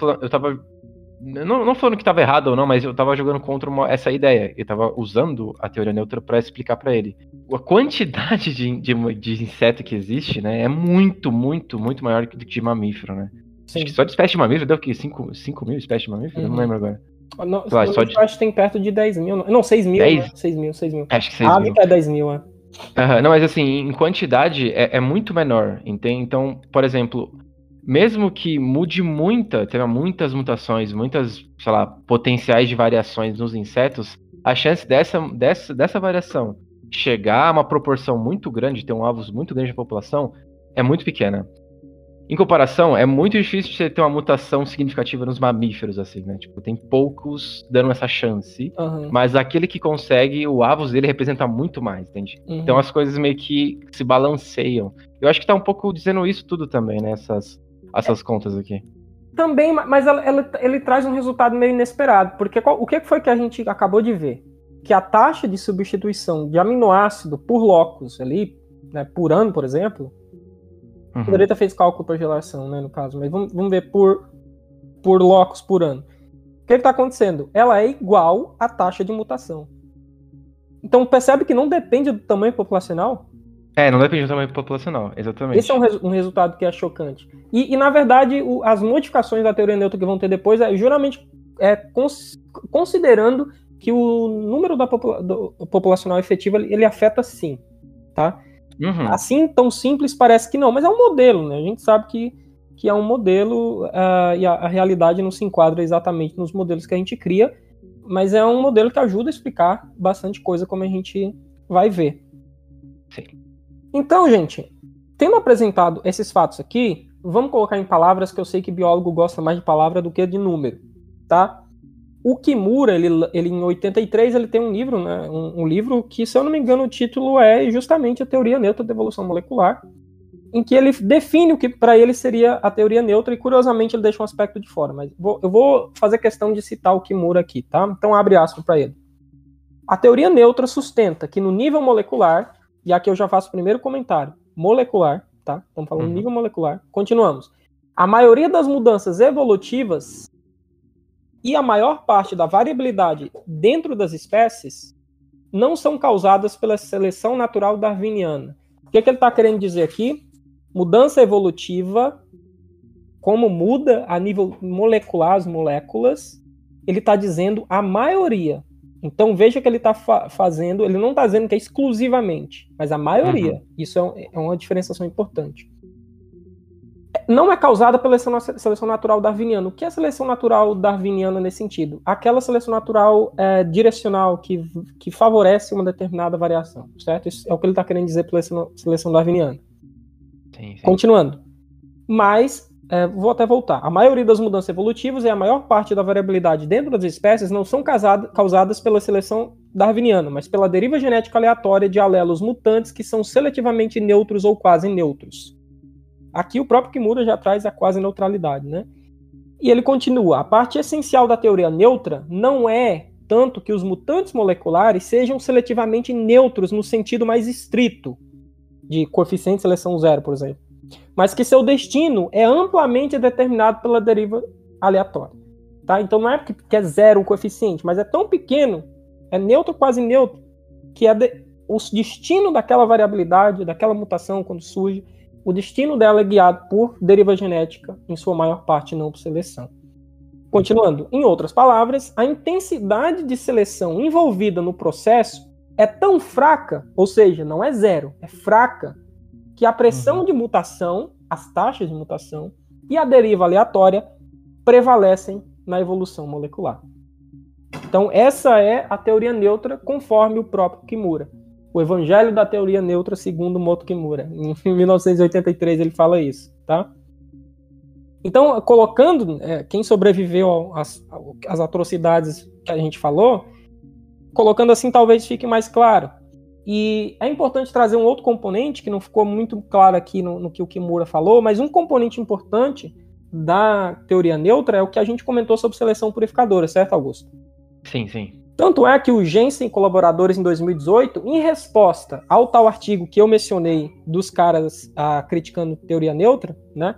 não falando que tava errado ou não, mas eu tava jogando contra essa ideia. Eu tava usando a teoria neutra pra explicar pra ele. A quantidade de inseto que existe, né, é muito, muito, muito maior do que de mamífero, né? Sim. Acho que só de espécie de mamífero deu o quê? 5 mil espécies de mamífero? Uhum. Eu não lembro agora. Não, lá, eu acho que tem perto de 10 mil. Não, 6 mil. 10? Né? 6 mil. Acho que 6 mil. É 10 mil, Não, mas assim, em quantidade é muito menor, entende? Então, por exemplo, mesmo que mude tenha muitas mutações, muitas, sei lá, potenciais de variações nos insetos, a chance dessa variação chegar a uma proporção muito grande, ter um alvo muito grande de população, é muito pequena. Em comparação, é muito difícil você ter uma mutação significativa nos mamíferos, assim, né? Tipo, tem poucos dando essa chance, mas aquele que consegue, o avos dele representa muito mais, entende? Então as coisas meio que se balanceiam. Eu acho que tá um pouco dizendo isso tudo também, né? Essas contas aqui. Também, mas ele traz um resultado meio inesperado, porque o que foi que a gente acabou de ver? Que a taxa de substituição de aminoácido por locus ali, né, por ano, por exemplo, poderia ter feito cálculo por geração, né, no caso, mas vamos ver por locus por ano. O que está acontecendo? Ela é igual à taxa de mutação. Então percebe que não depende do tamanho populacional? Não depende do tamanho populacional, exatamente. Esse é um resultado que é chocante. E na verdade, as modificações da teoria neutra que vão ter depois é juramente considerando que o número do populacional efetivo ele afeta sim, tá? Assim, tão simples parece que não, mas é um modelo, né? A gente sabe que é um modelo e a realidade não se enquadra exatamente nos modelos que a gente cria, mas é um modelo que ajuda a explicar bastante coisa, como a gente vai ver. Sim. Então, gente, tendo apresentado esses fatos aqui, vamos colocar em palavras que eu sei que biólogo gosta mais de palavra do que de número, tá? O Kimura, ele em 83, ele tem um livro, né? Um livro que, se eu não me engano, o título é justamente a teoria neutra da evolução molecular, em que ele define o que para ele seria a teoria neutra e, curiosamente, ele deixa um aspecto de fora. Mas eu vou fazer questão de citar o Kimura aqui, tá? Então, abre aspas para ele. A teoria neutra sustenta que no nível molecular, e aqui eu já faço o primeiro comentário, molecular, tá? Estamos falando nível molecular. Continuamos. A maioria das mudanças evolutivas e a maior parte da variabilidade dentro das espécies não são causadas pela seleção natural darwiniana. O que ele está querendo dizer aqui? Mudança evolutiva, como muda a nível molecular as moléculas, ele está dizendo a maioria. Então veja que ele está fazendo, ele não está dizendo que é exclusivamente, mas a maioria. Isso é uma diferenciação importante. Não é causada pela seleção natural darwiniana. O que é seleção natural darwiniana nesse sentido? Aquela seleção natural direcional que favorece uma determinada variação, certo? Isso é o que ele está querendo dizer pela seleção darwiniana. Sim. Continuando. Mas, vou até voltar. A maioria das mudanças evolutivas e a maior parte da variabilidade dentro das espécies não são causadas pela seleção darwiniana, mas pela deriva genética aleatória de alelos mutantes que são seletivamente neutros ou quase neutros. Aqui o próprio Kimura já traz a quase neutralidade, né? E ele continua, a parte essencial da teoria neutra não é tanto que os mutantes moleculares sejam seletivamente neutros no sentido mais estrito, de coeficiente de seleção zero, por exemplo, mas que seu destino é amplamente determinado pela deriva aleatória. Tá? Então não é porque é zero o coeficiente, mas é tão pequeno, é neutro, quase neutro, que o destino daquela variabilidade, daquela mutação, quando surge, o destino dela é guiado por deriva genética, em sua maior parte não por seleção. Continuando, em outras palavras, a intensidade de seleção envolvida no processo é tão fraca, ou seja, não é zero, é fraca, que a pressão de mutação, as taxas de mutação e a deriva aleatória prevalecem na evolução molecular. Então, essa é a teoria neutra conforme o próprio Kimura. O Evangelho da Teoria Neutra segundo Moto Kimura. Em 1983 ele fala isso, tá? Então, colocando quem sobreviveu às atrocidades que a gente falou, colocando assim talvez fique mais claro. E é importante trazer um outro componente que não ficou muito claro aqui no que o Kimura falou, mas um componente importante da teoria neutra é o que a gente comentou sobre seleção purificadora, certo, Augusto? Sim, sim. Tanto é que o Jensen e colaboradores em 2018, em resposta ao tal artigo que eu mencionei dos caras criticando teoria neutra, né?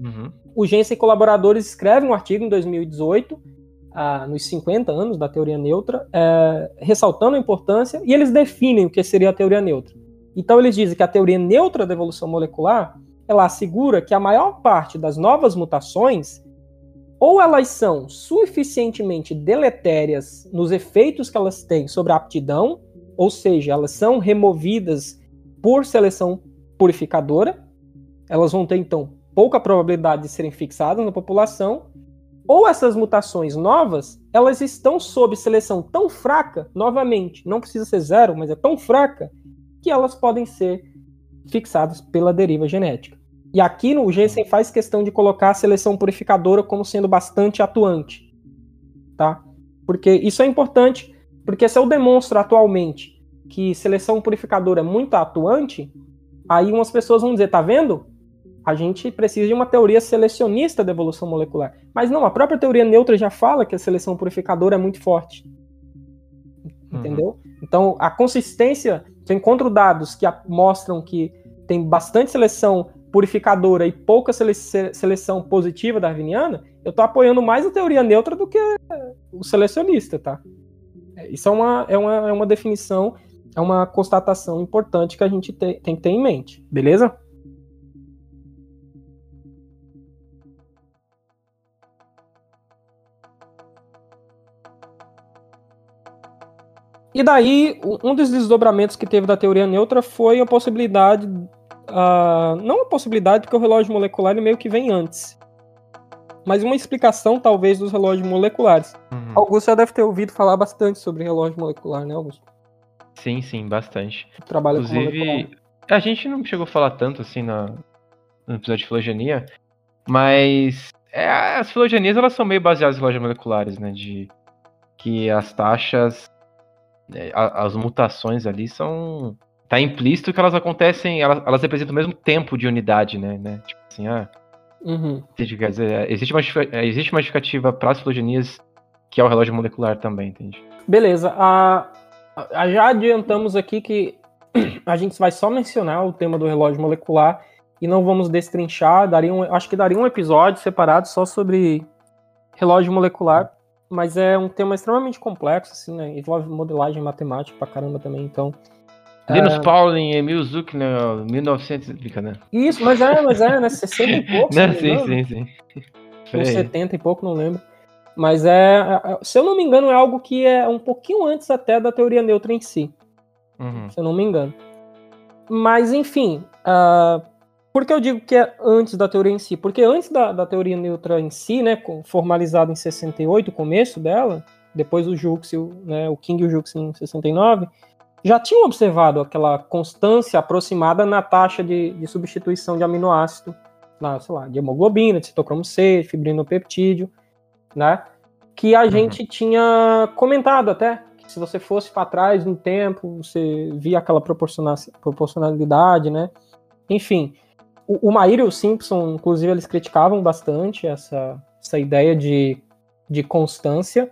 O Jensen e colaboradores escrevem um artigo em 2018, nos 50 anos da teoria neutra, ressaltando a importância, e eles definem o que seria a teoria neutra. Então eles dizem que a teoria neutra da evolução molecular, ela assegura que a maior parte das novas mutações, ou elas são suficientemente deletérias nos efeitos que elas têm sobre a aptidão, ou seja, elas são removidas por seleção purificadora, elas vão ter, então, pouca probabilidade de serem fixadas na população, ou essas mutações novas, elas estão sob seleção tão fraca, novamente, não precisa ser zero, mas é tão fraca, que elas podem ser fixadas pela deriva genética. E aqui o Jensen faz questão de colocar a seleção purificadora como sendo bastante atuante, tá? Porque isso é importante, porque se eu demonstro atualmente que seleção purificadora é muito atuante, aí umas pessoas vão dizer, tá vendo? A gente precisa de uma teoria selecionista da evolução molecular. Mas não, a própria teoria neutra já fala que a seleção purificadora é muito forte. Entendeu? Então, a consistência, se eu encontro dados que mostram que tem bastante seleção purificadora e pouca seleção positiva darwiniana, eu estou apoiando mais a teoria neutra do que o selecionista, tá? Isso é uma definição, é uma constatação importante que a gente tem que ter em mente, beleza? E daí, um dos desdobramentos que teve da teoria neutra foi a possibilidade, não a possibilidade, porque o relógio molecular ele meio que vem antes, mas uma explicação, talvez, dos relógios moleculares. Augusto já deve ter ouvido falar bastante sobre relógio molecular, né, Augusto? Sim, sim, bastante. Trabalha inclusive, a gente não chegou a falar tanto assim no episódio de filogenia, mas as filogenias elas são meio baseadas em relógios moleculares, né? De que as taxas, as mutações ali são. Tá implícito que elas acontecem, elas representam o mesmo tempo de unidade, né? Tipo assim, quer dizer, existe uma justificativa para as filogenias que é o relógio molecular também, entende? Beleza. Já adiantamos aqui que a gente vai só mencionar o tema do relógio molecular e não vamos destrinchar. Acho que daria um episódio separado só sobre relógio molecular, mas é um tema extremamente complexo, assim, né? Envolve modelagem matemática pra caramba também, então... Linus Pauling e Emil Zuckner, 1900, né? Isso, mas né? 60 e pouco, sim. Uns 70 e pouco, não lembro. Mas se eu não me engano, é algo que é um pouquinho antes até da teoria neutra em si. Se eu não me engano. Mas, enfim, por que eu digo que é antes da teoria em si? Porque antes da teoria neutra em si, né, formalizada em 68, o começo dela, depois o Juxi, né, o King e o Juxi em 69, já tinham observado aquela constância aproximada na taxa de substituição de aminoácido, sei lá, de hemoglobina, de citocromo C, fibrinopeptídeo, né? Que a gente tinha comentado até, que se você fosse para trás no tempo, você via aquela proporcionalidade, né? Enfim, o Mair e o Simpson, inclusive, eles criticavam bastante essa ideia de constância.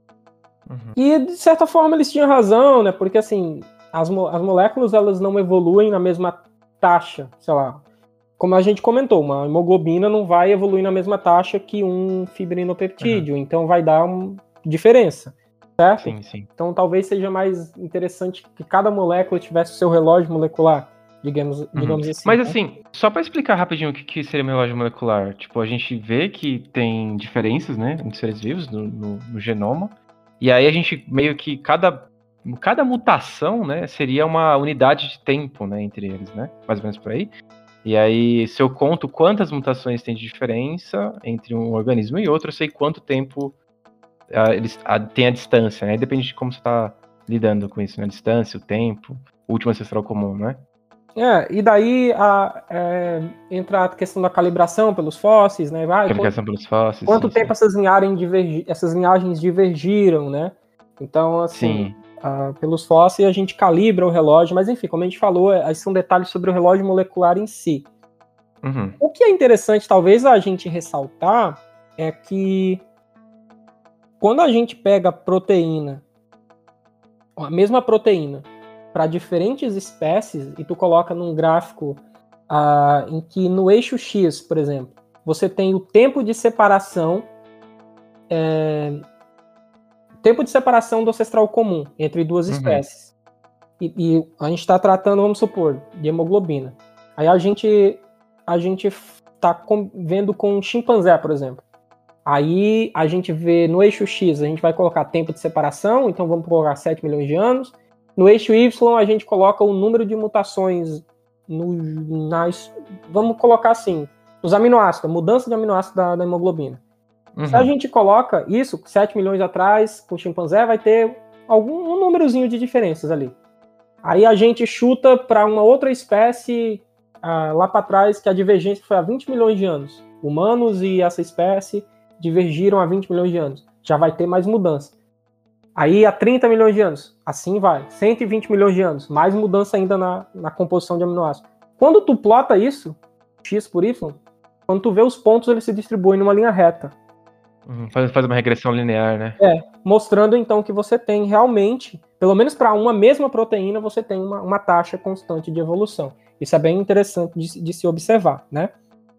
E, de certa forma, eles tinham razão, né? Porque, assim, as moléculas, elas não evoluem na mesma taxa, sei lá. Como a gente comentou, uma hemoglobina não vai evoluir na mesma taxa que um fibrinopeptídeo, então vai dar uma diferença, certo? Sim, sim. Então talvez seja mais interessante que cada molécula tivesse o seu relógio molecular, digamos assim. Mas né? assim, só para explicar rapidinho o que seria um relógio molecular, tipo, a gente vê que tem diferenças, né, entre seres vivos no genoma, e aí a gente meio que cada mutação, né, seria uma unidade de tempo, né, entre eles, né, mais ou menos por aí. E aí, se eu conto quantas mutações tem de diferença entre um organismo e outro, eu sei quanto tempo eles têm a distância, né, depende de como você está lidando com isso, né, a distância, o tempo, o último ancestral comum, né. E daí entra a questão da calibração pelos fósseis, né? Calibração pelos fósseis. Quanto tempo essas linhagens divergiram, né? Então, assim, pelos fósseis a gente calibra o relógio, mas enfim, como a gente falou, são detalhes sobre o relógio molecular em si. Uhum. O que é interessante, talvez, a gente ressaltar é que quando a gente pega proteína, a mesma proteína, para diferentes espécies, e tu coloca num gráfico em que no eixo X, por exemplo, você tem o tempo de separação do ancestral comum entre duas espécies. E a gente está tratando, vamos supor, de hemoglobina. Aí a gente está vendo com um chimpanzé, por exemplo. Aí a gente vê no eixo X, a gente vai colocar tempo de separação, então vamos colocar 7 milhões de anos. No eixo Y, a gente coloca o número de mutações vamos colocar assim, os aminoácidos, a mudança de aminoácido da hemoglobina. Se a gente coloca isso, 7 milhões atrás, com o chimpanzé, vai ter um númerozinho de diferenças ali. Aí a gente chuta para uma outra espécie lá para trás, que a divergência foi há 20 milhões de anos. Humanos e essa espécie divergiram há 20 milhões de anos. Já vai ter mais mudança. Aí há 30 milhões de anos, assim vai. 120 milhões de anos, mais mudança ainda na composição de aminoácidos. Quando tu plota isso, X por Y, quando tu vê os pontos, eles se distribuem numa linha reta. Faz uma regressão linear, né? Mostrando então que você tem realmente, pelo menos para uma mesma proteína, você tem uma taxa constante de evolução. Isso é bem interessante de se observar, né?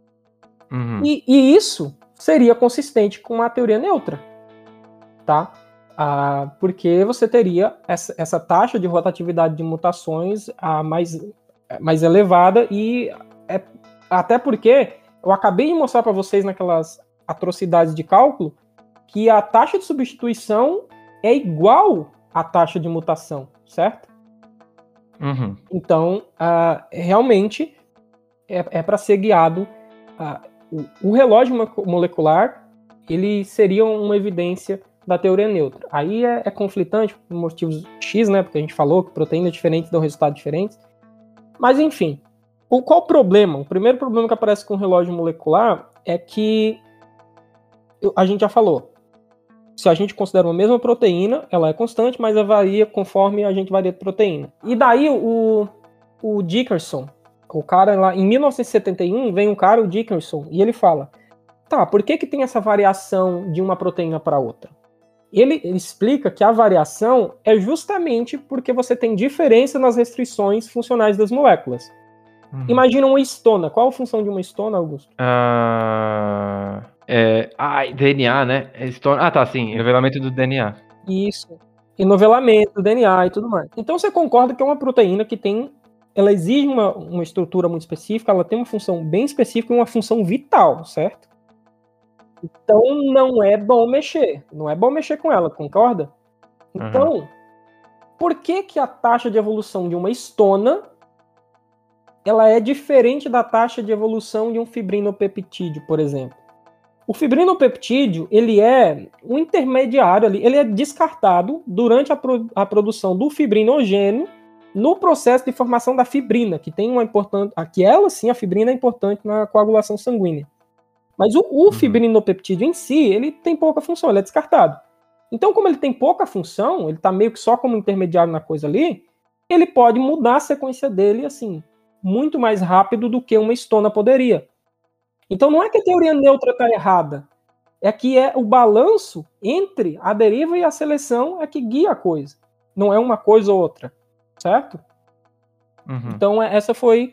E isso seria consistente com a teoria neutra, tá? Porque você teria essa taxa de rotatividade de mutações mais elevada e até porque eu acabei de mostrar para vocês naquelas atrocidades de cálculo que a taxa de substituição é igual à taxa de mutação, certo? Então, realmente é para ser guiado. O relógio molecular ele seria uma evidência da teoria neutra. Aí é conflitante por motivos X, né? Porque a gente falou que proteínas diferentes dão resultados diferentes. Mas, enfim, qual o problema? O primeiro problema que aparece com o relógio molecular é que a gente já falou. Se a gente considera uma mesma proteína, ela é constante, mas ela varia conforme a gente varia de proteína. E daí o Dickerson, o cara lá, em 1971, vem um cara, o Dickerson, e ele fala, por que tem essa variação de uma proteína para outra? Ele explica que a variação é justamente porque você tem diferença nas restrições funcionais das moléculas. Imagina uma histona. Qual a função de uma histona, Augusto? DNA, né? Sim. Nivelamento do DNA. Isso. E nivelamento do DNA e tudo mais. Então você concorda que é uma proteína que ela exige uma estrutura muito específica, ela tem uma função bem específica e uma função vital, certo? Então não é bom mexer. Não é bom mexer com ela, concorda? Então, por que a taxa de evolução de uma histona ela é diferente da taxa de evolução de um fibrinopeptídeo, por exemplo? O fibrinopeptídeo, ele é um intermediário ali, ele é descartado durante a produção do fibrinogênio no processo de formação da fibrina, que tem uma importante, que ela sim, a fibrina é importante na coagulação sanguínea. Mas o fibrinopeptídeo em si, ele tem pouca função, ele é descartado. Então, como ele tem pouca função, ele está meio que só como intermediário na coisa ali, ele pode mudar a sequência dele, assim, muito mais rápido do que uma histona poderia. Então, não é que a teoria neutra está errada, é que o balanço entre a deriva e a seleção é que guia a coisa. Não é uma coisa ou outra, certo? Então, essa foi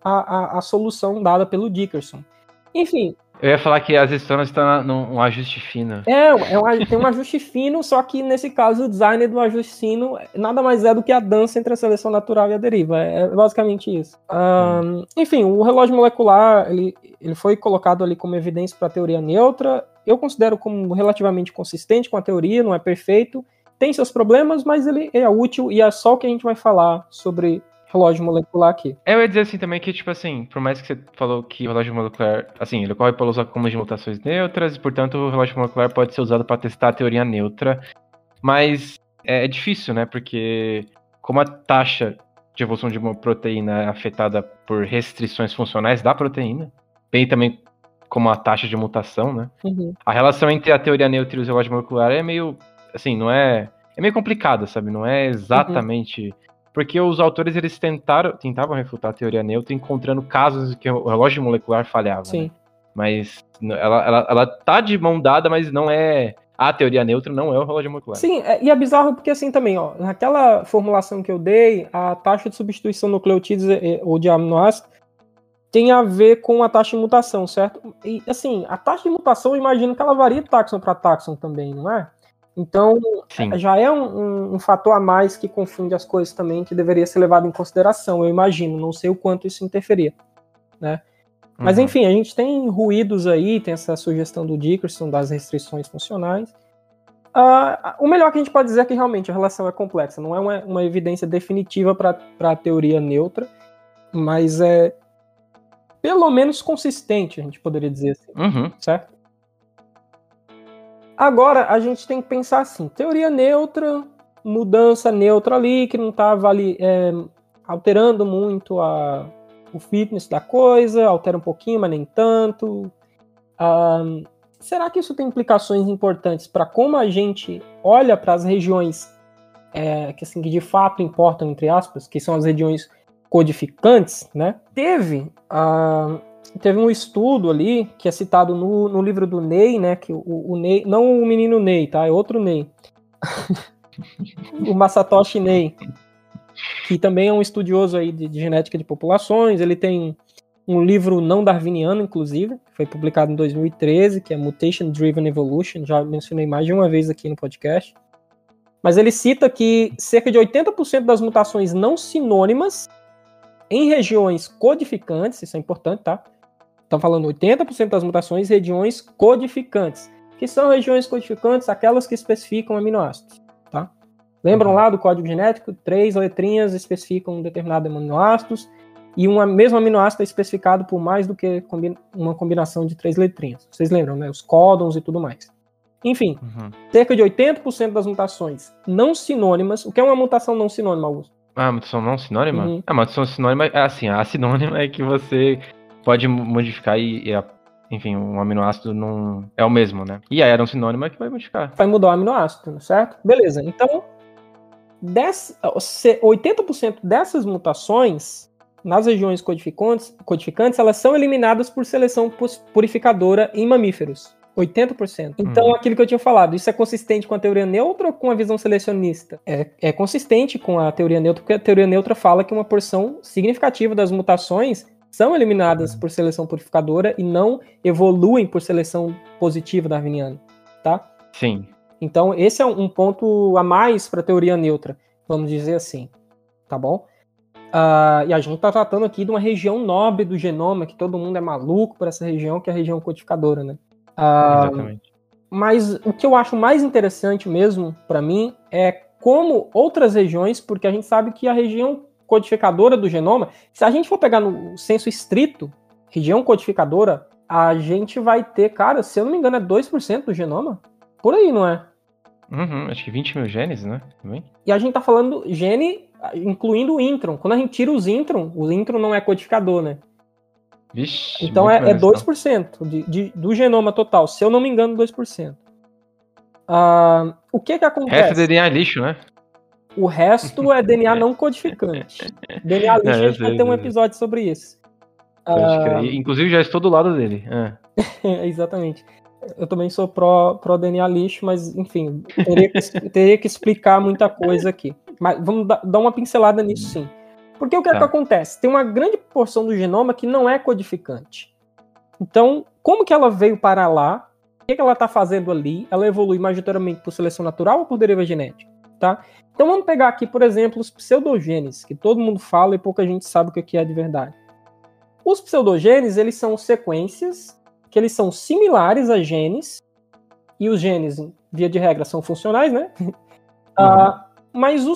a solução dada pelo Dickerson. Enfim... Eu ia falar que as histonas estão num ajuste fino. Tem um ajuste fino, só que nesse caso o design do ajuste fino nada mais é do que a dança entre a seleção natural e a deriva. É basicamente isso. Enfim, o relógio molecular ele foi colocado ali como evidência para a teoria neutra. Eu considero como relativamente consistente com a teoria, não é perfeito. Tem seus problemas, mas ele é útil e é só o que a gente vai falar sobre relógio molecular aqui. Eu ia dizer assim também que, tipo assim, por mais que você falou que o relógio molecular, assim, ele ocorre pelos acúmulos de mutações neutras e, portanto, o relógio molecular pode ser usado para testar a teoria neutra, mas é difícil, né, porque como a taxa de evolução de uma proteína é afetada por restrições funcionais da proteína, bem também como a taxa de mutação, né, a relação entre a teoria neutra e o relógio molecular é meio, assim, não é... É meio complicada, sabe, não é exatamente... Porque os autores, eles tentavam refutar a teoria neutra encontrando casos em que o relógio molecular falhava, Sim. Né? Mas ela tá de mão dada, mas não é... A teoria neutra não é o relógio molecular. Sim, e é bizarro porque assim também, ó, naquela formulação que eu dei, a taxa de substituição nucleotídeos ou de aminoácidos tem a ver com a taxa de mutação, certo? E assim, a taxa de mutação, eu imagino que ela varia de táxon para táxon também, não é? Então, já é um fator a mais que confunde as coisas também, que deveria ser levado em consideração, eu imagino. Não sei o quanto isso interferia, né? Mas, enfim, a gente tem ruídos aí, tem essa sugestão do Dickerson das restrições funcionais. O melhor que a gente pode dizer é que realmente a relação é complexa. Não é uma evidência definitiva para a teoria neutra, mas é pelo menos consistente, a gente poderia dizer assim, certo? Agora, a gente tem que pensar assim, teoria neutra, mudança neutra ali, que não está alterando muito o fitness da coisa, altera um pouquinho, mas nem tanto. Será que isso tem implicações importantes para como a gente olha para as regiões que de fato importam, entre aspas, que são as regiões codificantes, né? Teve um estudo ali, que é citado no livro do Ney, né, que o Ney, não o menino Ney, tá, é outro Ney, o Masatoshi Ney, que também é um estudioso aí de genética de populações. Ele tem um livro não darwiniano, inclusive, que foi publicado em 2013, que é Mutation Driven Evolution, já mencionei mais de uma vez aqui no podcast, mas ele cita que cerca de 80% das mutações não sinônimas em regiões codificantes, isso é importante, tá? Estão falando 80% das mutações em regiões codificantes. Que são regiões codificantes? Aquelas que especificam aminoácidos, tá? Lembram lá do código genético? 3 letrinhas especificam um determinado aminoácidos e um mesmo aminoácido é especificado por mais do que uma combinação de 3 letrinhas. Vocês lembram, né? Os códons e tudo mais. Enfim, cerca de 80% das mutações não sinônimas. O que é uma mutação não sinônima, Augusto? Ah, mutação não sinônima? A mutação sinônima é assim, a sinônima é que você pode modificar enfim, um aminoácido não é o mesmo, né? E a não sinônima é que vai modificar. Vai mudar o aminoácido, certo? Beleza, então 80% dessas mutações nas regiões codificantes, elas são eliminadas por seleção purificadora em mamíferos. 80%. Então, aquilo que eu tinha falado, isso é consistente com a teoria neutra ou com a visão selecionista? É consistente com a teoria neutra, porque a teoria neutra fala que uma porção significativa das mutações são eliminadas por seleção purificadora e não evoluem por seleção positiva darwiniana, tá? Sim. Então, esse é um ponto a mais para a teoria neutra, vamos dizer assim, tá bom? E a gente está tratando aqui de uma região nobre do genoma, que todo mundo é maluco por essa região, que é a região codificadora, né? Exatamente. Mas o que eu acho mais interessante mesmo, para mim, é como outras regiões, porque a gente sabe que a região codificadora do genoma, se a gente for pegar no senso estrito, região codificadora, a gente vai ter, cara, se eu não me engano, é 2% do genoma? Por aí, não é? Acho que 20 mil genes, né? Também. E a gente tá falando gene, incluindo o intron. Quando a gente tira o intron não é codificador, né? Vixe, então é 2% do genoma total, se eu não me engano, 2%. O que acontece? O resto é DNA lixo, né? O resto é DNA não codificante. DNA lixo, a gente vai ter um episódio sobre isso. Inclusive, já estou do lado dele. Exatamente. Eu também sou pró DNA lixo, mas, enfim, teria que explicar muita coisa aqui. Mas vamos dar uma pincelada nisso, sim. Porque o que é que acontece? Tem uma grande porção do genoma que não é codificante. Então, como que ela veio parar lá? O que ela está fazendo ali? Ela evolui majoritariamente por seleção natural ou por deriva genética? Tá? Então vamos pegar aqui, por exemplo, os pseudogenes, que todo mundo fala e pouca gente sabe o que é de verdade. Os pseudogenes, eles são sequências que eles são similares a genes, e os genes, via de regra, são funcionais, né? Mas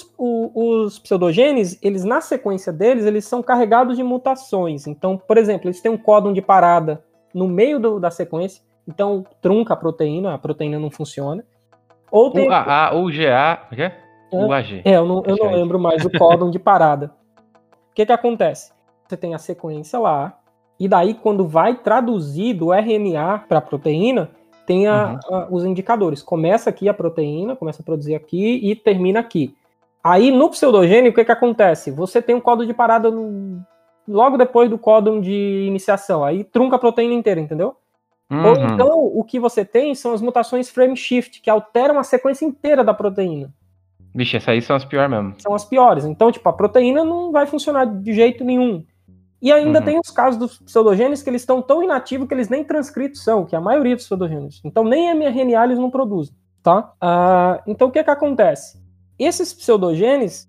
os pseudogenes, eles, na sequência deles, eles são carregados de mutações. Então, por exemplo, eles têm um códon de parada no meio da sequência, então trunca a proteína não funciona. Ou tem... UAA, UGA, o quê? UAG. Eu não lembro mais o códon de parada. O que acontece? Você tem a sequência lá, e daí quando vai traduzir do RNA para a proteína, tem os indicadores. Começa aqui a proteína, começa a produzir aqui e termina aqui. Aí no pseudogene, o que acontece? Você tem um códon de parada logo depois do códon de iniciação. Aí trunca a proteína inteira, entendeu? Ou então, o que você tem são as mutações frame shift, que alteram a sequência inteira da proteína. Vixe, essas aí são as piores mesmo. São as piores. Então, tipo, a proteína não vai funcionar de jeito nenhum. E ainda tem os casos dos pseudogenes que eles estão tão inativos que eles nem transcritos são, que é a maioria dos pseudogenes. Então, nem mRNA eles não produzem, tá? Então, o que acontece? Esses pseudogenes,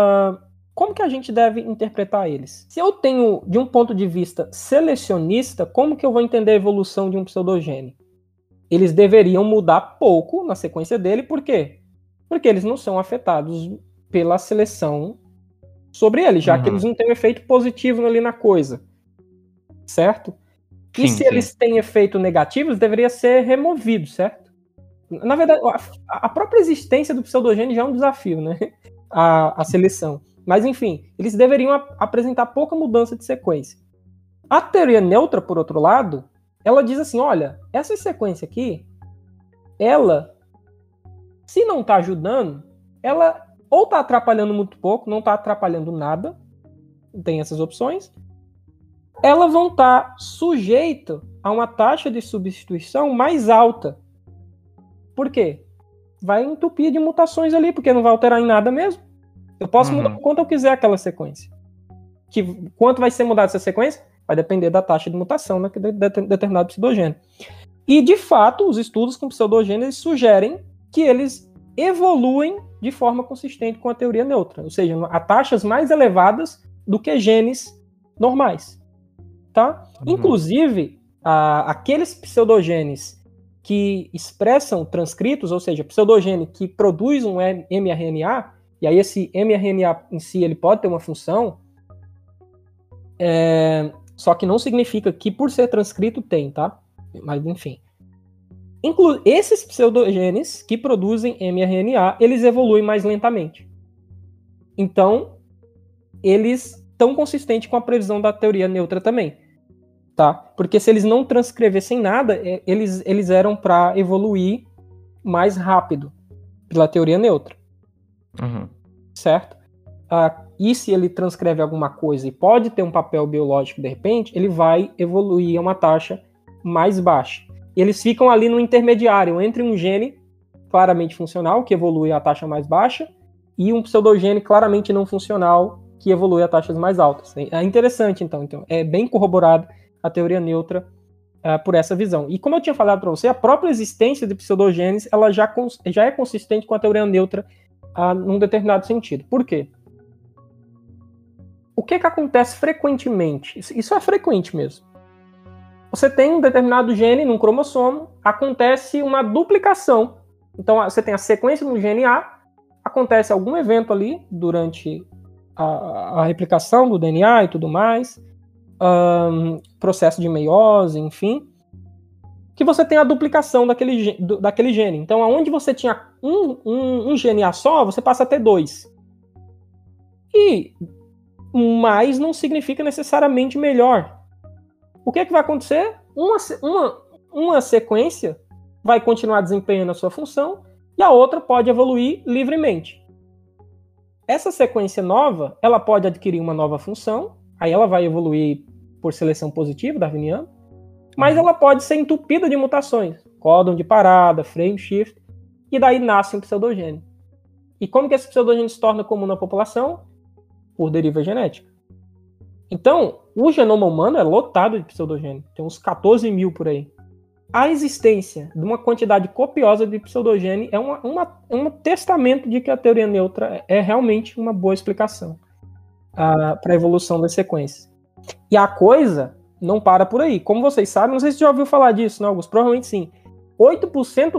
como que a gente deve interpretar eles? Se eu tenho, de um ponto de vista selecionista, como que eu vou entender a evolução de um pseudogene? Eles deveriam mudar pouco na sequência dele, por quê? Porque eles não são afetados pela seleção sobre ele, já que eles não têm um efeito positivo ali na coisa, certo? E se eles têm efeito negativo, eles deveriam ser removidos, certo? Na verdade, a própria existência do pseudogene já é um desafio, né? A seleção. Mas, enfim, eles deveriam apresentar pouca mudança de sequência. A teoria neutra, por outro lado, ela diz assim, olha, essa sequência aqui, ela, se não está ajudando, ela ou está atrapalhando muito pouco, não está atrapalhando nada, tem essas opções, elas vão estar sujeitas a uma taxa de substituição mais alta. Por quê? Vai entupir de mutações ali, porque não vai alterar em nada mesmo. Eu posso mudar o quanto eu quiser aquela sequência. Quanto vai ser mudada essa sequência? Vai depender da taxa de mutação naquele determinado pseudogênio. E, de fato, os estudos com pseudogêneros sugerem que eles evoluem de forma consistente com a teoria neutra, ou seja, a taxas mais elevadas do que genes normais. Tá? Inclusive, aqueles pseudogenes que expressam transcritos, ou seja, pseudogene que produz um mRNA, e aí esse mRNA em si ele pode ter uma função, só que não significa que por ser transcrito tem, tá? Mas enfim. Esses pseudogenes que produzem mRNA, eles evoluem mais lentamente. Então, eles estão consistentes com a previsão da teoria neutra também. Tá? Porque se eles não transcrevessem nada, eles eram para evoluir mais rápido pela teoria neutra. Certo? E se ele transcreve alguma coisa e pode ter um papel biológico de repente, ele vai evoluir a uma taxa mais baixa. E eles ficam ali no intermediário entre um gene claramente funcional, que evolui a taxa mais baixa, e um pseudogene claramente não funcional, que evolui a taxas mais altas. É interessante, então é bem corroborado a teoria neutra por essa visão. E como eu tinha falado para você, a própria existência de pseudogenes ela já é consistente com a teoria neutra num determinado sentido. Por quê? O que acontece frequentemente? Isso é frequente mesmo. Você tem um determinado gene num cromossomo, acontece uma duplicação. Então você tem a sequência no gene A, acontece algum evento ali durante a replicação do DNA e tudo mais, processo de meiose, enfim, que você tem a duplicação daquele gene. Então, onde você tinha um gene A só, você passa a ter 2. E mais não significa necessariamente melhor. O que vai acontecer? Uma sequência vai continuar desempenhando a sua função e a outra pode evoluir livremente. Essa sequência nova, ela pode adquirir uma nova função, aí ela vai evoluir por seleção positiva, darwiniana, mas ela pode ser entupida de mutações, códon de parada, frame shift, e daí nasce um pseudogene. E como que esse pseudogene se torna comum na população? por deriva genética. Então, o genoma humano é lotado de pseudogênio. Tem uns 14 mil por aí. A existência de uma quantidade copiosa de pseudogênio é um testamento de que a teoria neutra é realmente uma boa explicação para a evolução das sequências. E a coisa não para por aí. Como vocês sabem, não sei se você já ouviu falar disso, né, Augusto? Provavelmente sim. 8%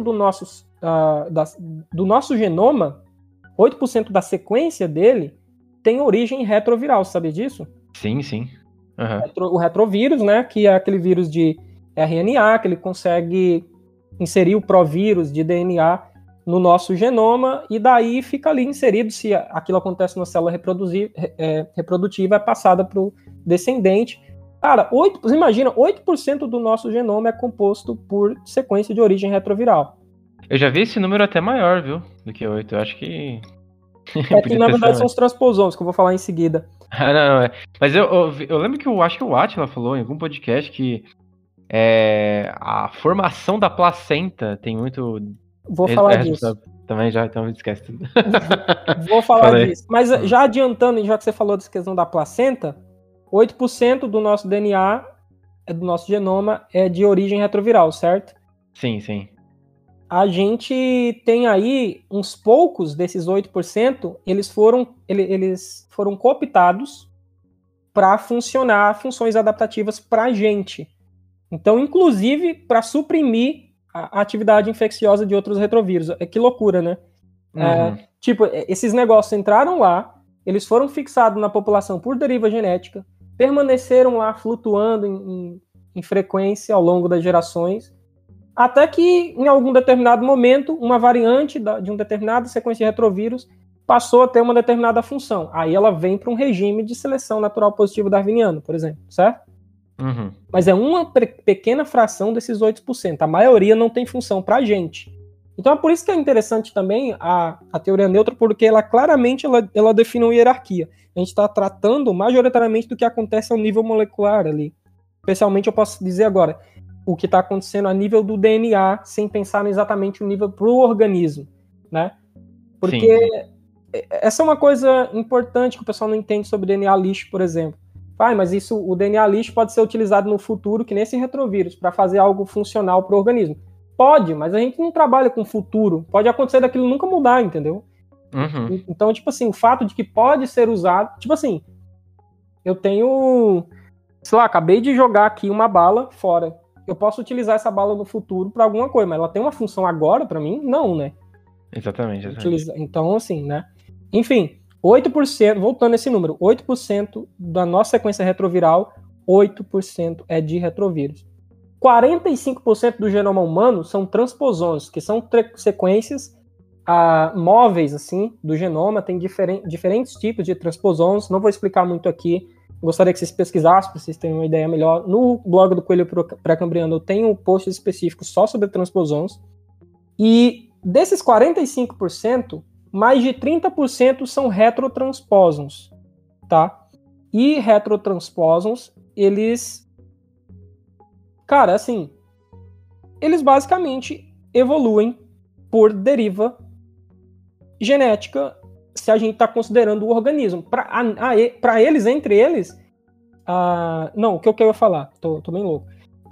do nosso genoma, 8% da sequência dele, tem origem retroviral. Você sabia disso? Sim, sim. Uhum. O retrovírus, né, que é aquele vírus de RNA, que ele consegue inserir o provírus de DNA no nosso genoma, e daí fica ali inserido, se aquilo acontece na célula reprodutiva, é passada para o descendente. Cara, você imagina, 8% do nosso genoma é composto por sequência de origem retroviral. Eu já vi esse número até maior, viu, do que 8. Eu acho que... É que, na verdade, são os transposons, que eu vou falar em seguida. Ah, não, é. Mas eu lembro que acho que o Átila falou em algum podcast que a formação da placenta tem muito... Vou falar disso. Também já, então esquece tudo. Vou falar disso. Mas já adiantando, já que você falou dessa questão da placenta, 8% do nosso DNA, do nosso genoma, é de origem retroviral, certo? Sim, sim. A gente tem aí uns poucos desses 8%, eles foram cooptados para funcionar funções adaptativas para a gente. Então, inclusive, para suprimir a atividade infecciosa de outros retrovírulos. Que loucura, né? Uhum. Esses negócios entraram lá, eles foram fixados na população por deriva genética, permaneceram lá flutuando em frequência ao longo das gerações, até que, em algum determinado momento, uma variante de uma determinada sequência de retrovírus passou a ter uma determinada função. Aí ela vem para um regime de seleção natural positivo darwiniano, por exemplo, certo? Uhum. Mas é uma pequena fração desses 8%. A maioria não tem função para a gente. Então é por isso que é interessante também a teoria neutra, porque ela claramente ela define uma hierarquia. A gente está tratando majoritariamente do que acontece ao nível molecular ali. Especialmente, eu posso dizer agora, o que está acontecendo a nível do DNA, sem pensar exatamente o nível para o organismo, né? Porque essa é uma coisa importante que o pessoal não entende sobre DNA lixo, por exemplo. Mas o DNA lixo pode ser utilizado no futuro, que nesse retrovírus, para fazer algo funcional para o organismo. Pode, mas a gente não trabalha com futuro. Pode acontecer daquilo nunca mudar, entendeu? Uhum. Então, tipo assim, o fato de que pode ser usado... Tipo assim, eu tenho... Sei lá, acabei de jogar aqui uma bala fora. Eu posso utilizar essa bala no futuro para alguma coisa, mas ela tem uma função agora para mim? Não, né? Exatamente. Então, assim, né? Enfim, 8%, voltando a esse número, 8% da nossa sequência retroviral, 8% é de retrovírus. 45% do genoma humano são transposons, que são sequências móveis, assim, do genoma. Tem diferentes tipos de transposons, não vou explicar muito aqui. Gostaria que vocês pesquisassem, para vocês terem uma ideia melhor. No blog do Coelho Pré-Cambriano eu tenho posts específicos só sobre transposons. E desses 45%, mais de 30% são retrotransposons, tá? E retrotransposons, eles... Cara, assim... Eles basicamente evoluem por deriva genética, se a gente está considerando o organismo. Para eles, entre eles... não, o que eu ia falar? Tô bem louco.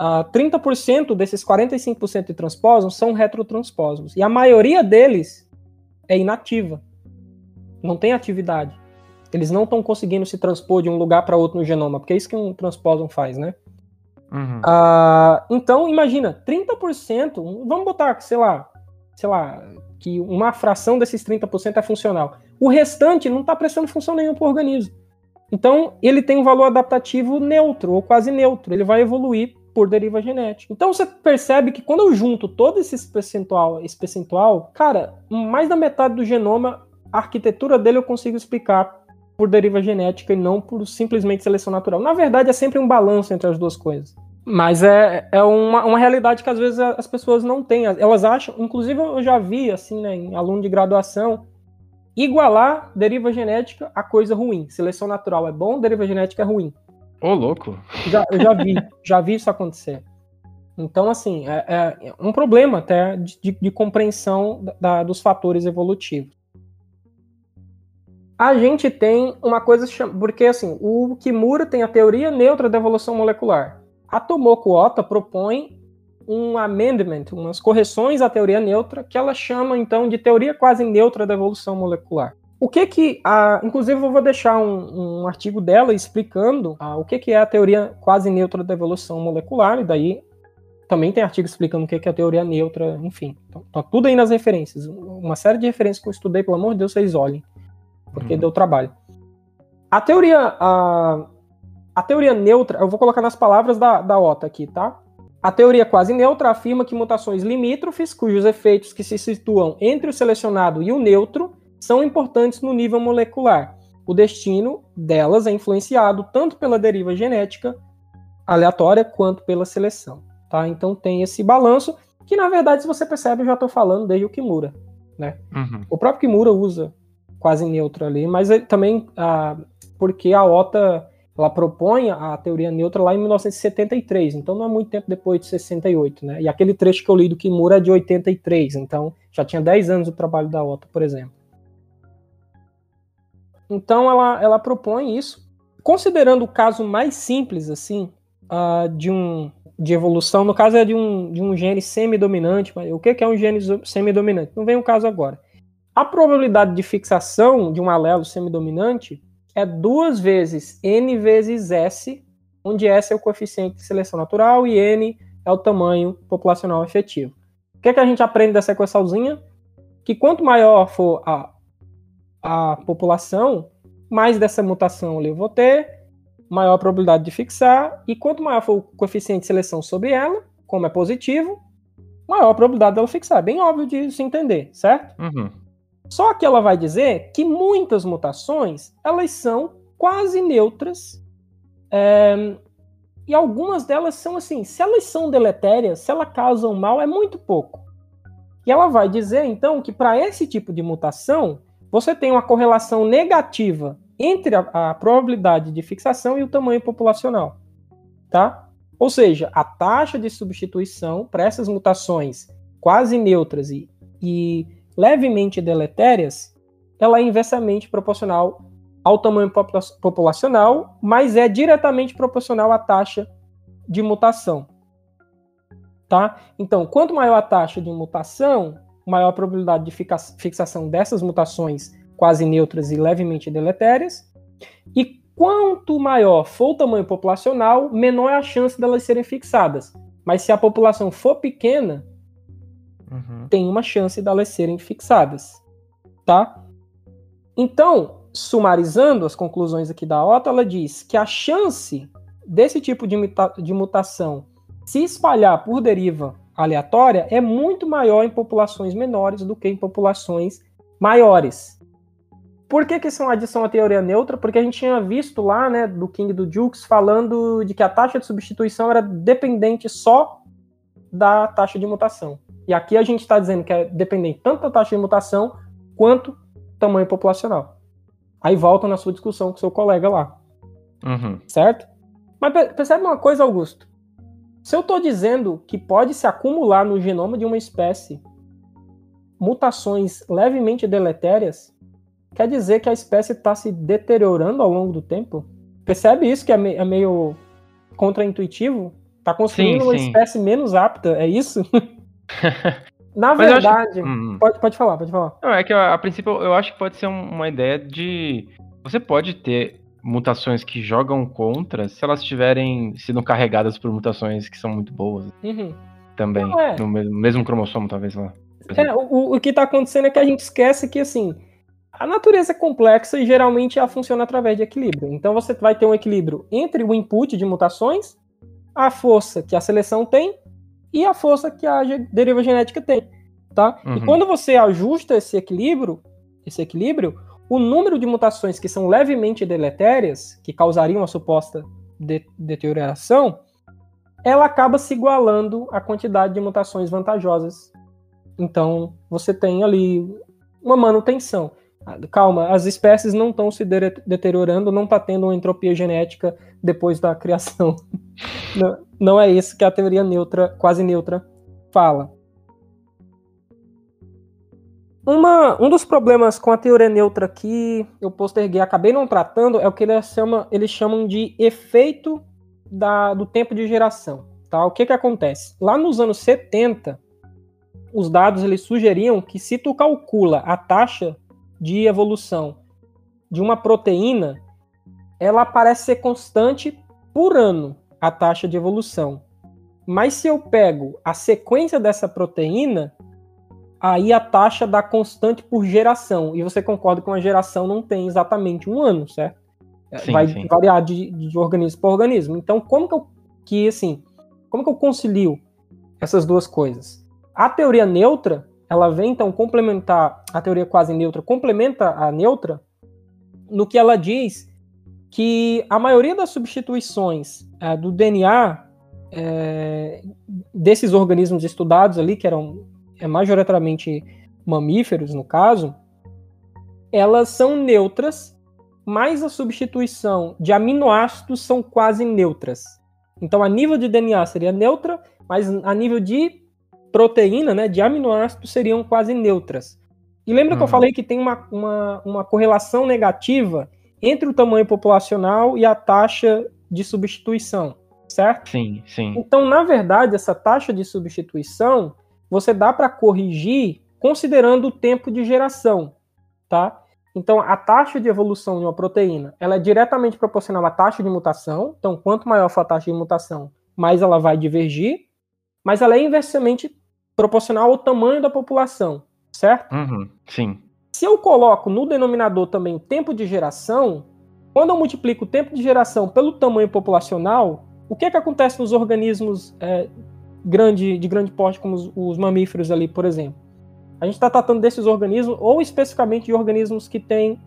30% desses 45% de transposons são retrotransposons. E a maioria deles é inativa. Não tem atividade. Eles não estão conseguindo se transpor de um lugar para outro no genoma, porque é isso que um transposon faz, né? Uhum. Então, imagina, 30%, vamos botar, sei lá, que uma fração desses 30% é funcional. O restante não está prestando função nenhuma para o organismo. Então, ele tem um valor adaptativo neutro, ou quase neutro. Ele vai evoluir por deriva genética. Então, você percebe que quando eu junto todo esse percentual, cara, mais da metade do genoma, a arquitetura dele eu consigo explicar por deriva genética e não por simplesmente seleção natural. Na verdade, é sempre um balanço entre as duas coisas. Mas é uma realidade que às vezes as pessoas não têm. Elas acham, inclusive eu já vi, assim, né, em aluno de graduação, igualar deriva genética a coisa ruim. Seleção natural é bom, deriva genética é ruim. Ô, louco! Eu já vi isso acontecer. Então, assim, é um problema até de compreensão dos fatores evolutivos. A gente tem uma coisa... Porque, assim, o Kimura tem a teoria neutra da evolução molecular. A Tomoko Ota propõe um amendment, umas correções à teoria neutra, que ela chama, então, de teoria quase neutra da evolução molecular. O que inclusive, eu vou deixar um artigo dela explicando o que é a teoria quase neutra da evolução molecular, e daí também tem artigo explicando o que é a teoria neutra, enfim. Então, tá tudo aí nas referências. Uma série de referências que eu estudei, pelo amor de Deus, vocês olhem. Porque deu trabalho. A teoria neutra, eu vou colocar nas palavras da Ota aqui, tá? A teoria quase neutra afirma que mutações limítrofes, cujos efeitos que se situam entre o selecionado e o neutro, são importantes no nível molecular. O destino delas é influenciado tanto pela deriva genética aleatória quanto pela seleção. Tá? Então tem esse balanço, que na verdade, se você percebe, eu já estou falando desde o Kimura. Né? O próprio Kimura usa quase neutro ali, mas também porque a Ota ela propõe a teoria neutra lá em 1973, então não é muito tempo depois de 68, né? E aquele trecho que eu li do Kimura é de 83, então já tinha 10 anos o trabalho da Ota, por exemplo. Então ela propõe isso, considerando o caso mais simples assim de evolução, no caso é de um gene semidominante, mas o que é um gene semidominante? Não vem o caso agora. A probabilidade de fixação de um alelo semidominante é 2 vezes N vezes S, onde S é o coeficiente de seleção natural e N é o tamanho populacional efetivo. O que a gente aprende dessa equaçãozinha? Que quanto maior for a população, mais dessa mutação eu vou ter, maior a probabilidade de fixar, e quanto maior for o coeficiente de seleção sobre ela, como é positivo, maior a probabilidade dela fixar. Bem óbvio de se entender, certo? Só que ela vai dizer que muitas mutações, elas são quase neutras, e algumas delas são assim, se elas são deletérias, se elas causam mal, é muito pouco. E ela vai dizer, então, que para esse tipo de mutação, você tem uma correlação negativa entre a probabilidade de fixação e o tamanho populacional. Tá? Ou seja, a taxa de substituição para essas mutações quase neutras e levemente deletérias, ela é inversamente proporcional ao tamanho populacional, mas é diretamente proporcional à taxa de mutação. Tá? Então, quanto maior a taxa de mutação, maior a probabilidade de fixação dessas mutações quase neutras e levemente deletérias, e quanto maior for o tamanho populacional, menor é a chance delas serem fixadas. Mas se a população for pequena, tem uma chance delas serem fixadas, tá? Então, sumarizando as conclusões aqui da Ota, ela diz que a chance desse tipo de mutação se espalhar por deriva aleatória é muito maior em populações menores do que em populações maiores. Por que isso é uma adição à teoria neutra? Porque a gente tinha visto lá, né, do King e do Jukes, falando de que a taxa de substituição era dependente só da taxa de mutação. E aqui a gente está dizendo que é dependente tanto da taxa de mutação quanto tamanho populacional. Aí volta na sua discussão com seu colega lá. Certo? Mas percebe uma coisa, Augusto? Se eu estou dizendo que pode se acumular no genoma de uma espécie mutações levemente deletérias, quer dizer que a espécie está se deteriorando ao longo do tempo? Percebe isso que é meio contraintuitivo? Está construindo uma espécie menos apta, é isso? Na verdade... Pode falar. Não, é que a princípio eu acho que pode ser uma ideia de... Você pode ter mutações que jogam contra se elas estiverem sendo carregadas por mutações que são muito boas. Também. No mesmo cromossomo, talvez lá. O que está acontecendo é que a gente esquece que, assim, a natureza é complexa e geralmente ela funciona através de equilíbrio. Então você vai ter um equilíbrio entre o input de mutações, a força que a seleção tem e a força que a deriva genética tem. Tá? E quando você ajusta esse equilíbrio, o número de mutações que são levemente deletérias, que causariam a suposta deterioração, ela acaba se igualando à quantidade de mutações vantajosas. Então, você tem ali uma manutenção. Calma, as espécies não estão se deteriorando, não está tendo uma entropia genética depois da criação. Não é isso que a teoria neutra, quase neutra, fala. Um dos problemas com a teoria neutra que eu posterguei, acabei não tratando, é o que eles chamam de efeito do tempo de geração. Tá? O que acontece? Lá nos anos 70, os dados eles sugeriam que se tu calcula a taxa de evolução de uma proteína, ela parece ser constante por ano, a taxa de evolução. Mas se eu pego a sequência dessa proteína, aí a taxa dá constante por geração. E você concorda que uma geração não tem exatamente um ano, certo? Sim, vai sim. variar de organismo para organismo. Então, como que eu concilio essas duas coisas? A teoria neutra, ela vem então complementar, a teoria quase neutra complementa a neutra no que ela diz que a maioria das substituições do DNA desses organismos estudados ali, que eram majoritariamente mamíferos, no caso, elas são neutras, mas a substituição de aminoácidos são quase neutras. Então, a nível de DNA seria neutra, mas a nível de proteína, né, de aminoácidos, seriam quase neutras. E lembra que eu falei que tem uma correlação negativa entre o tamanho populacional e a taxa de substituição, certo? Sim, sim. Então, na verdade, essa taxa de substituição, você dá para corrigir considerando o tempo de geração, tá? Então, a taxa de evolução de uma proteína, ela é diretamente proporcional à taxa de mutação. Então, quanto maior for a taxa de mutação, mais ela vai divergir. Mas ela é inversamente proporcional ao tamanho da população, certo? Sim. Se eu coloco no denominador também o tempo de geração, quando eu multiplico o tempo de geração pelo tamanho populacional, o que acontece nos organismos de grande porte, como os mamíferos ali, por exemplo? A gente está tratando desses organismos, ou especificamente de organismos que têm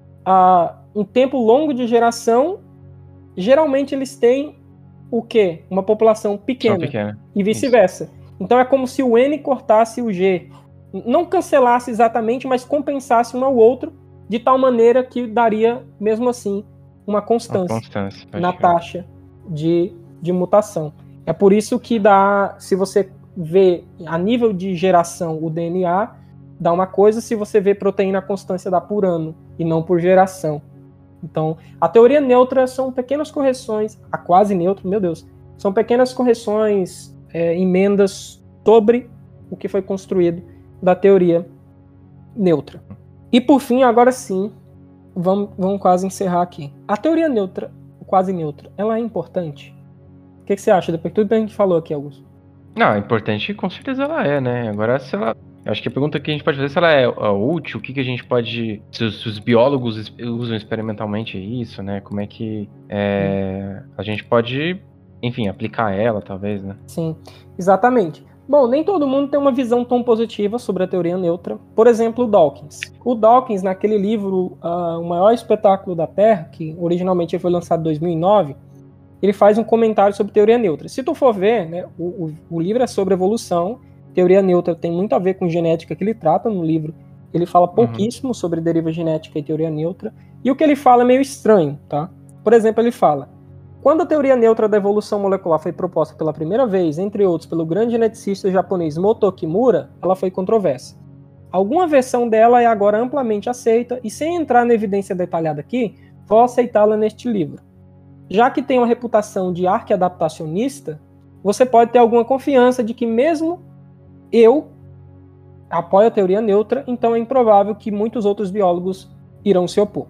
um tempo longo de geração. Geralmente eles têm o quê? Uma população pequena. E vice-versa. Então é como se o N cortasse o G. Não cancelasse exatamente, mas compensasse um ao outro, de tal maneira que daria, mesmo assim, uma constância na taxa de mutação. É por isso que se você vê a nível de geração o DNA, dá uma coisa, se você vê proteína, a constância dá por ano, e não por geração. Então, a teoria neutra são pequenas correções, a quase neutra, meu Deus, são pequenas correções, emendas sobre o que foi construído da teoria neutra. E por fim, agora sim, vamos quase encerrar aqui. A teoria neutra, quase neutra, ela é importante? O que você acha, depois de tudo que a gente falou aqui, Augusto? Não, é importante, com certeza ela é, né? Agora, se ela... Acho que a pergunta que a gente pode fazer é se ela é útil, o que a gente pode... Se os biólogos usam experimentalmente isso, né? Como é que a gente pode, enfim, aplicar ela, talvez, né? Sim, exatamente. Bom, nem todo mundo tem uma visão tão positiva sobre a teoria neutra. Por exemplo, o Dawkins. O Dawkins, naquele livro O Maior Espetáculo da Terra, que originalmente foi lançado em 2009, ele faz um comentário sobre teoria neutra. Se tu for ver, né, o livro é sobre evolução. Teoria neutra tem muito a ver com genética que ele trata no livro. Ele fala pouquíssimo sobre deriva genética e teoria neutra. E o que ele fala é meio estranho, tá? Por exemplo, ele fala: quando a teoria neutra da evolução molecular foi proposta pela primeira vez, entre outros, pelo grande geneticista japonês Moto Kimura, ela foi controversa. Alguma versão dela é agora amplamente aceita, e sem entrar na evidência detalhada aqui, vou aceitá-la neste livro. Já que tem uma reputação de arquiadaptacionista, você pode ter alguma confiança de que mesmo eu apoio a teoria neutra, então é improvável que muitos outros biólogos irão se opor.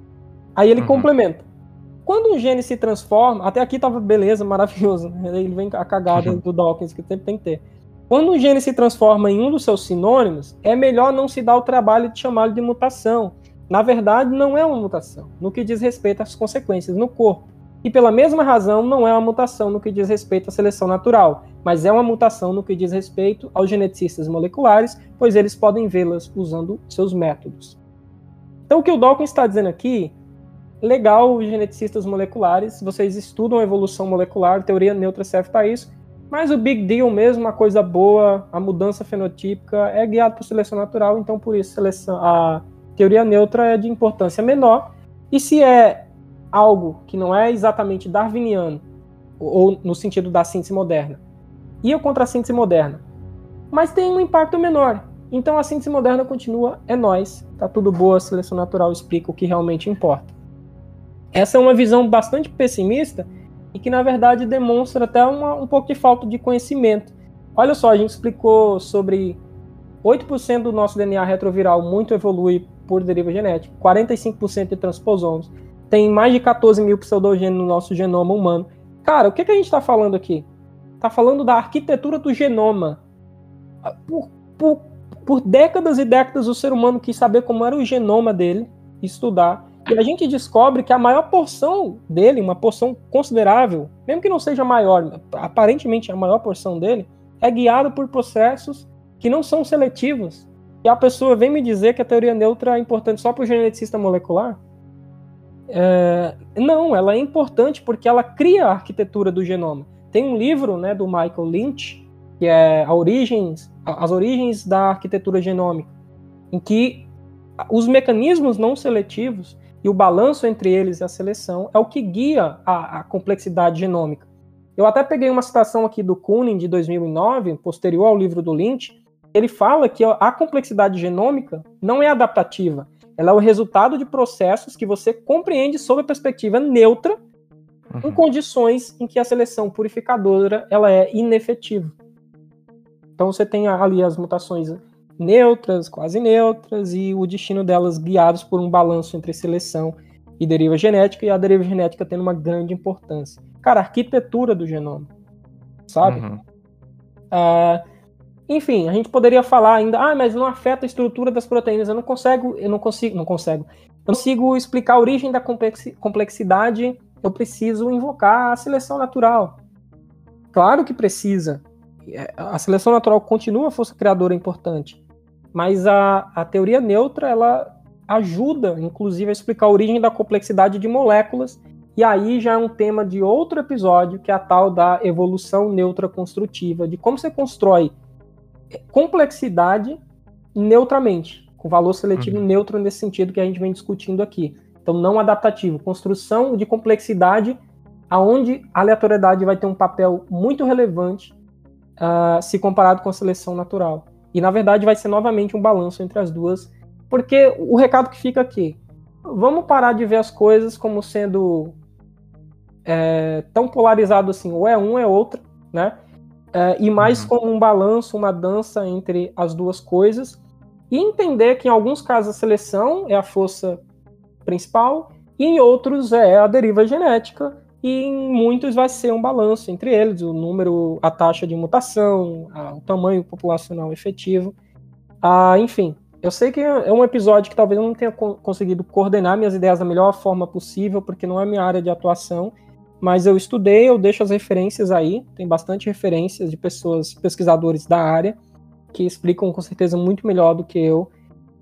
Aí ele complementa: quando um gene se transforma, até aqui tava beleza, maravilhoso, ele vem a cagada do Dawkins, que sempre tem que ter. Quando um gene se transforma em um dos seus sinônimos, é melhor não se dar o trabalho de chamá-lo de mutação. Na verdade, não é uma mutação, no que diz respeito às consequências no corpo. E pela mesma razão, não é uma mutação no que diz respeito à seleção natural, mas é uma mutação no que diz respeito aos geneticistas moleculares, pois eles podem vê-las usando seus métodos. Então, o que o Dawkins está dizendo aqui, legal, os geneticistas moleculares, vocês estudam a evolução molecular, a teoria neutra serve para isso, mas o big deal mesmo, a coisa boa, a mudança fenotípica, é guiado por seleção natural, então por isso a teoria neutra é de importância menor. E se é algo que não é exatamente darwiniano, ou no sentido da síntese moderna, ia contra a síntese moderna, mas tem um impacto menor. Então a síntese moderna continua, é nós, tá tudo boa, a seleção natural explica o que realmente importa. Essa é uma visão bastante pessimista e que na verdade demonstra até um pouco de falta de conhecimento. Olha só, a gente explicou sobre 8% do nosso DNA retroviral muito evolui por deriva genética, 45% de transposomos, tem mais de 14 mil pseudogênios no nosso genoma humano. Cara, o que a gente está falando aqui? Está falando da arquitetura do genoma. Por décadas e décadas o ser humano quis saber como era o genoma dele, estudar, e a gente descobre que a maior porção dele, uma porção considerável, mesmo que não seja maior, aparentemente a maior porção dele, é guiada por processos que não são seletivos. E a pessoa vem me dizer que a teoria neutra é importante só para o geneticista molecular? Não, ela é importante porque ela cria a arquitetura do genoma. Tem um livro, né, do Michael Lynch, que é as origens da arquitetura genômica, em que os mecanismos não seletivos e o balanço entre eles e a seleção é o que guia a complexidade genômica. Eu até peguei uma citação aqui do Kuhn, de 2009, posterior ao livro do Lynch. Ele fala que a complexidade genômica não é adaptativa, ela é o resultado de processos que você compreende sob a perspectiva neutra, em condições em que a seleção purificadora ela é inefetiva. Então você tem ali as mutações neutras, quase neutras, e o destino delas guiados por um balanço entre seleção e deriva genética, e a deriva genética tendo uma grande importância. Cara, a arquitetura do genoma, sabe? Enfim, a gente poderia falar ainda, mas não afeta a estrutura das proteínas. Eu não consigo explicar a origem da complexidade, eu preciso invocar a seleção natural. Claro que precisa. A seleção natural continua a força criadora importante, mas a teoria neutra, ela ajuda, inclusive, a explicar a origem da complexidade de moléculas, e aí já é um tema de outro episódio, que é a tal da evolução neutra construtiva, de como você constrói complexidade neutramente, com valor seletivo neutro nesse sentido que a gente vem discutindo aqui. Então, não adaptativo. Construção de complexidade aonde a aleatoriedade vai ter um papel muito relevante se comparado com a seleção natural. E, na verdade, vai ser novamente um balanço entre as duas, porque o recado que fica aqui, vamos parar de ver as coisas como sendo tão polarizado assim, ou é um, é outro, né? E mais como um balanço, uma dança entre as duas coisas, e entender que em alguns casos a seleção é a força principal, e em outros é a deriva genética, e em muitos vai ser um balanço entre eles, o número, a taxa de mutação, o tamanho populacional efetivo. Enfim, eu sei que é um episódio que talvez eu não tenha conseguido coordenar minhas ideias da melhor forma possível, porque não é minha área de atuação, mas eu estudei, eu deixo as referências aí, tem bastante referências de pesquisadores da área, que explicam com certeza muito melhor do que eu,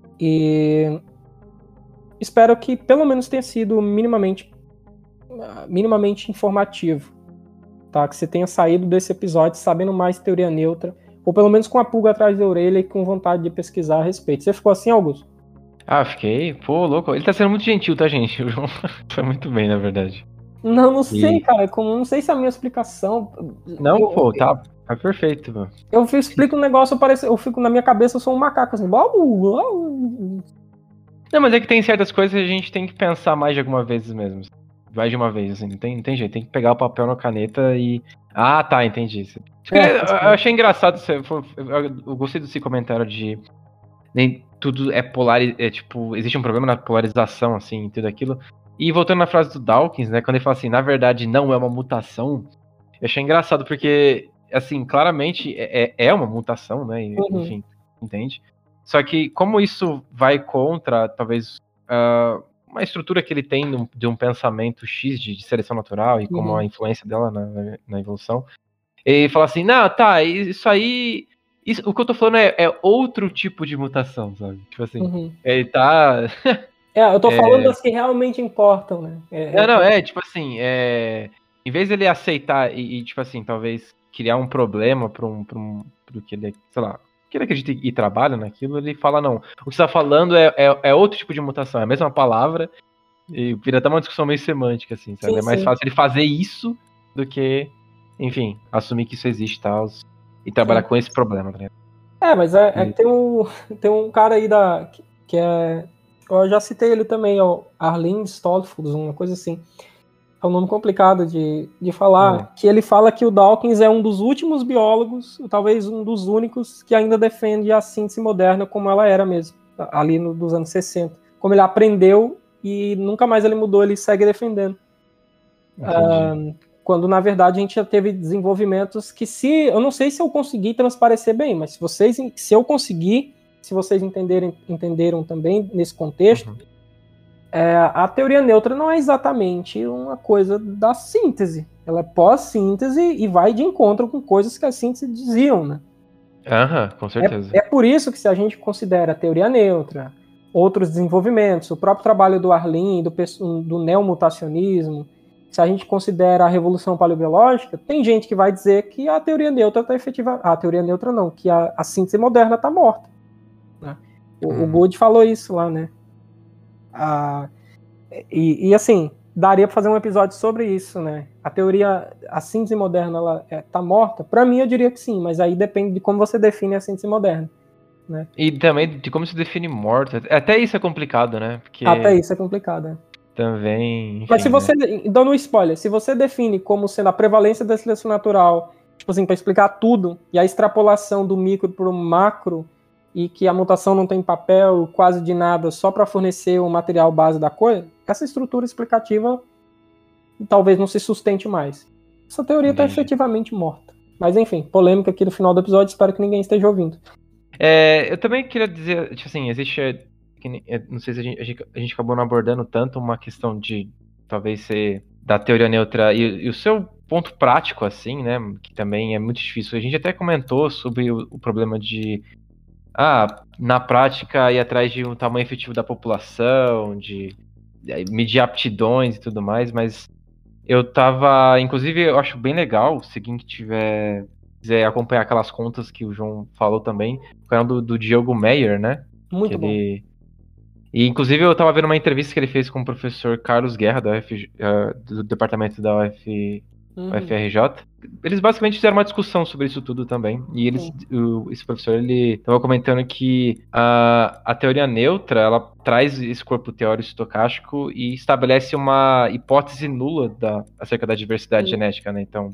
e espero que pelo menos tenha sido minimamente informativo, tá? Que você tenha saído desse episódio sabendo mais teoria neutra, ou pelo menos com a pulga atrás da orelha e com vontade de pesquisar a respeito. Você ficou assim, Augusto? Fiquei. Pô, louco. Ele tá sendo muito gentil, tá, gente? O João foi muito bem, na verdade. Não sei, cara. Não sei se é a minha explicação... Não, tá perfeito, mano. Eu explico um negócio, eu fico na minha cabeça, eu sou um macaco, assim... Não, mas é que tem certas coisas que a gente tem que pensar mais de alguma vez mesmo. Mais de uma vez, assim, não tem jeito. Tem que pegar o papel na caneta e... tá, entendi. Eu achei engraçado, eu gostei desse comentário de... Nem tudo é tipo, existe um problema na polarização, assim, tudo aquilo. E voltando na frase do Dawkins, né, quando ele fala assim, na verdade não é uma mutação, eu achei engraçado porque, assim, claramente é uma mutação, né, enfim, entende? Só que como isso vai contra, talvez, uma estrutura que ele tem de um pensamento X de seleção natural e como a influência dela na evolução, ele fala assim, não, tá, isso aí... o que eu tô falando é outro tipo de mutação, sabe? Tipo assim, ele tá... eu tô falando das que realmente importam, né? Tipo assim, em vez dele aceitar e tipo assim, talvez criar um problema pro que ele, sei lá, que ele acredita e trabalha naquilo, ele fala, não, o que você tá falando é outro tipo de mutação, é a mesma palavra, e vira até uma discussão meio semântica, assim, sabe? Sim, é mais fácil ele fazer isso do que, enfim, assumir que isso existe e trabalhar com esse problema, tá ligado? Mas que tem um cara aí que é... Eu já citei ele também, o Arlene Stolfus, uma coisa assim. É um nome complicado de falar, que ele fala que o Dawkins é um dos últimos biólogos, talvez um dos únicos, que ainda defende a síntese moderna como ela era mesmo, ali dos anos 60. Como ele aprendeu e nunca mais ele mudou, ele segue defendendo. Quando, na verdade, a gente já teve desenvolvimentos que eu não sei se eu consegui transparecer bem, mas se eu conseguir, se vocês entenderam também nesse contexto, a teoria neutra não é exatamente uma coisa da síntese. Ela é pós-síntese e vai de encontro com coisas que a síntese diziam, né? Com certeza. É por isso que, se a gente considera a teoria neutra, outros desenvolvimentos, o próprio trabalho do Arlene, do neomutacionismo, se a gente considera a revolução paleobiológica, tem gente que vai dizer que a teoria neutra está efetiva. A teoria neutra não, que a síntese moderna está morta. Né? O Good falou isso lá, né? E assim, daria para fazer um episódio sobre isso, né? A síntese moderna, ela tá morta? Para mim, eu diria que sim, mas aí depende de como você define a síntese moderna. Né? E também de como se define morta. Até isso é complicado, né? Porque até isso é complicado, também, enfim, mas se você, dando um spoiler, se você define como sendo a prevalência da seleção natural, tipo assim, para explicar tudo, e a extrapolação do micro para o macro, e que a mutação não tem papel quase de nada só para fornecer o material base da coisa, essa estrutura explicativa talvez não se sustente mais. Essa teoria está efetivamente morta. Mas enfim, polêmica aqui no final do episódio, espero que ninguém esteja ouvindo. Eu também queria dizer, tipo assim, existe... Não sei se a gente acabou não abordando tanto uma questão de talvez ser da teoria neutra e o seu ponto prático, assim, né? Que também é muito difícil. A gente até comentou sobre o problema de na prática ir atrás de um tamanho efetivo da população, de medir aptidões e tudo mais, mas inclusive eu acho bem legal, se alguém que quiser acompanhar aquelas contas que o João falou também, o canal do Diogo Meyer, né? Muito bom. E, inclusive, eu tava vendo uma entrevista que ele fez com o professor Carlos Guerra, do departamento da UFRJ. Eles basicamente fizeram uma discussão sobre isso tudo também. E esse professor, ele tava comentando que a teoria neutra, ela traz esse corpo teórico estocástico e estabelece uma hipótese nula acerca da diversidade genética, né? Então,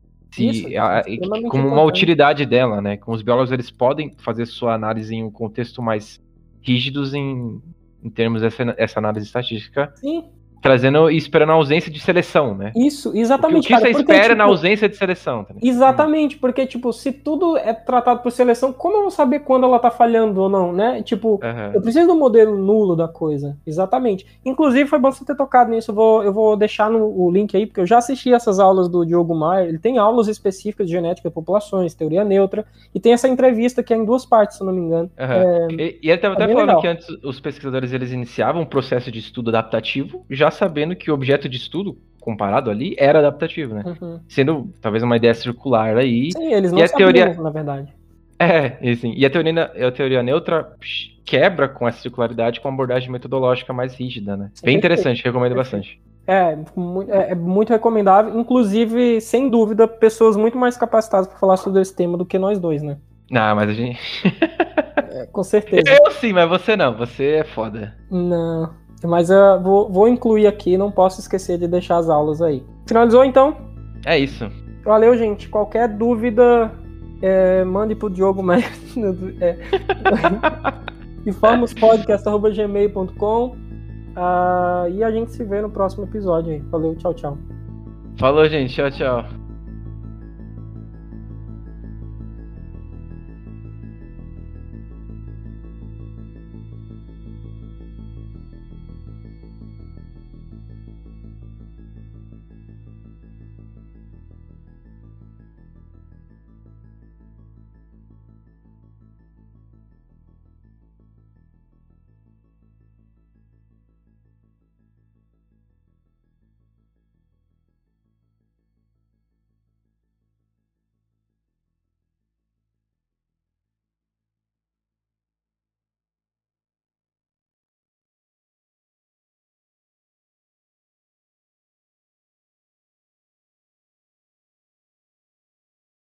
como uma utilidade dela, né? Com os biólogos, eles podem fazer sua análise em um contexto mais rígidos em termos dessa análise estatística, trazendo e esperando a ausência de seleção, né? Isso, exatamente. O que você espera na ausência de seleção? Tá? Exatamente, porque, tipo, se tudo é tratado por seleção, como eu vou saber quando ela tá falhando ou não, né? Tipo, eu preciso do modelo nulo da coisa. Exatamente. Inclusive, foi bom você ter tocado nisso. Eu vou deixar o link aí, porque eu já assisti essas aulas do Diogo Meyer. Ele tem aulas específicas de genética de populações, teoria neutra, e tem essa entrevista que é em 2 partes, se eu não me engano. E ele estava até falando que antes os pesquisadores eles iniciavam um processo de estudo adaptativo, já sabendo que o objeto de estudo comparado ali era adaptativo, né? Sendo talvez uma ideia circular aí. Sim, eles não sabiam, na verdade. Assim, e a teoria neutra quebra com essa circularidade com uma abordagem metodológica mais rígida, né? Bem interessante, recomendo bastante. É muito recomendável, inclusive, sem dúvida, pessoas muito mais capacitadas para falar sobre esse tema do que nós dois, né? Não, mas a gente... com certeza. Eu sim, mas você não, você é foda. Não, mas eu vou incluir aqui, não posso esquecer de deixar as aulas aí. Finalizou, então? É isso. Valeu, gente. Qualquer dúvida, mande pro Diogo Meyer. informospodcast@gmail.com. E a gente se vê no próximo episódio aí. Valeu, tchau, tchau. Falou, gente. Tchau, tchau.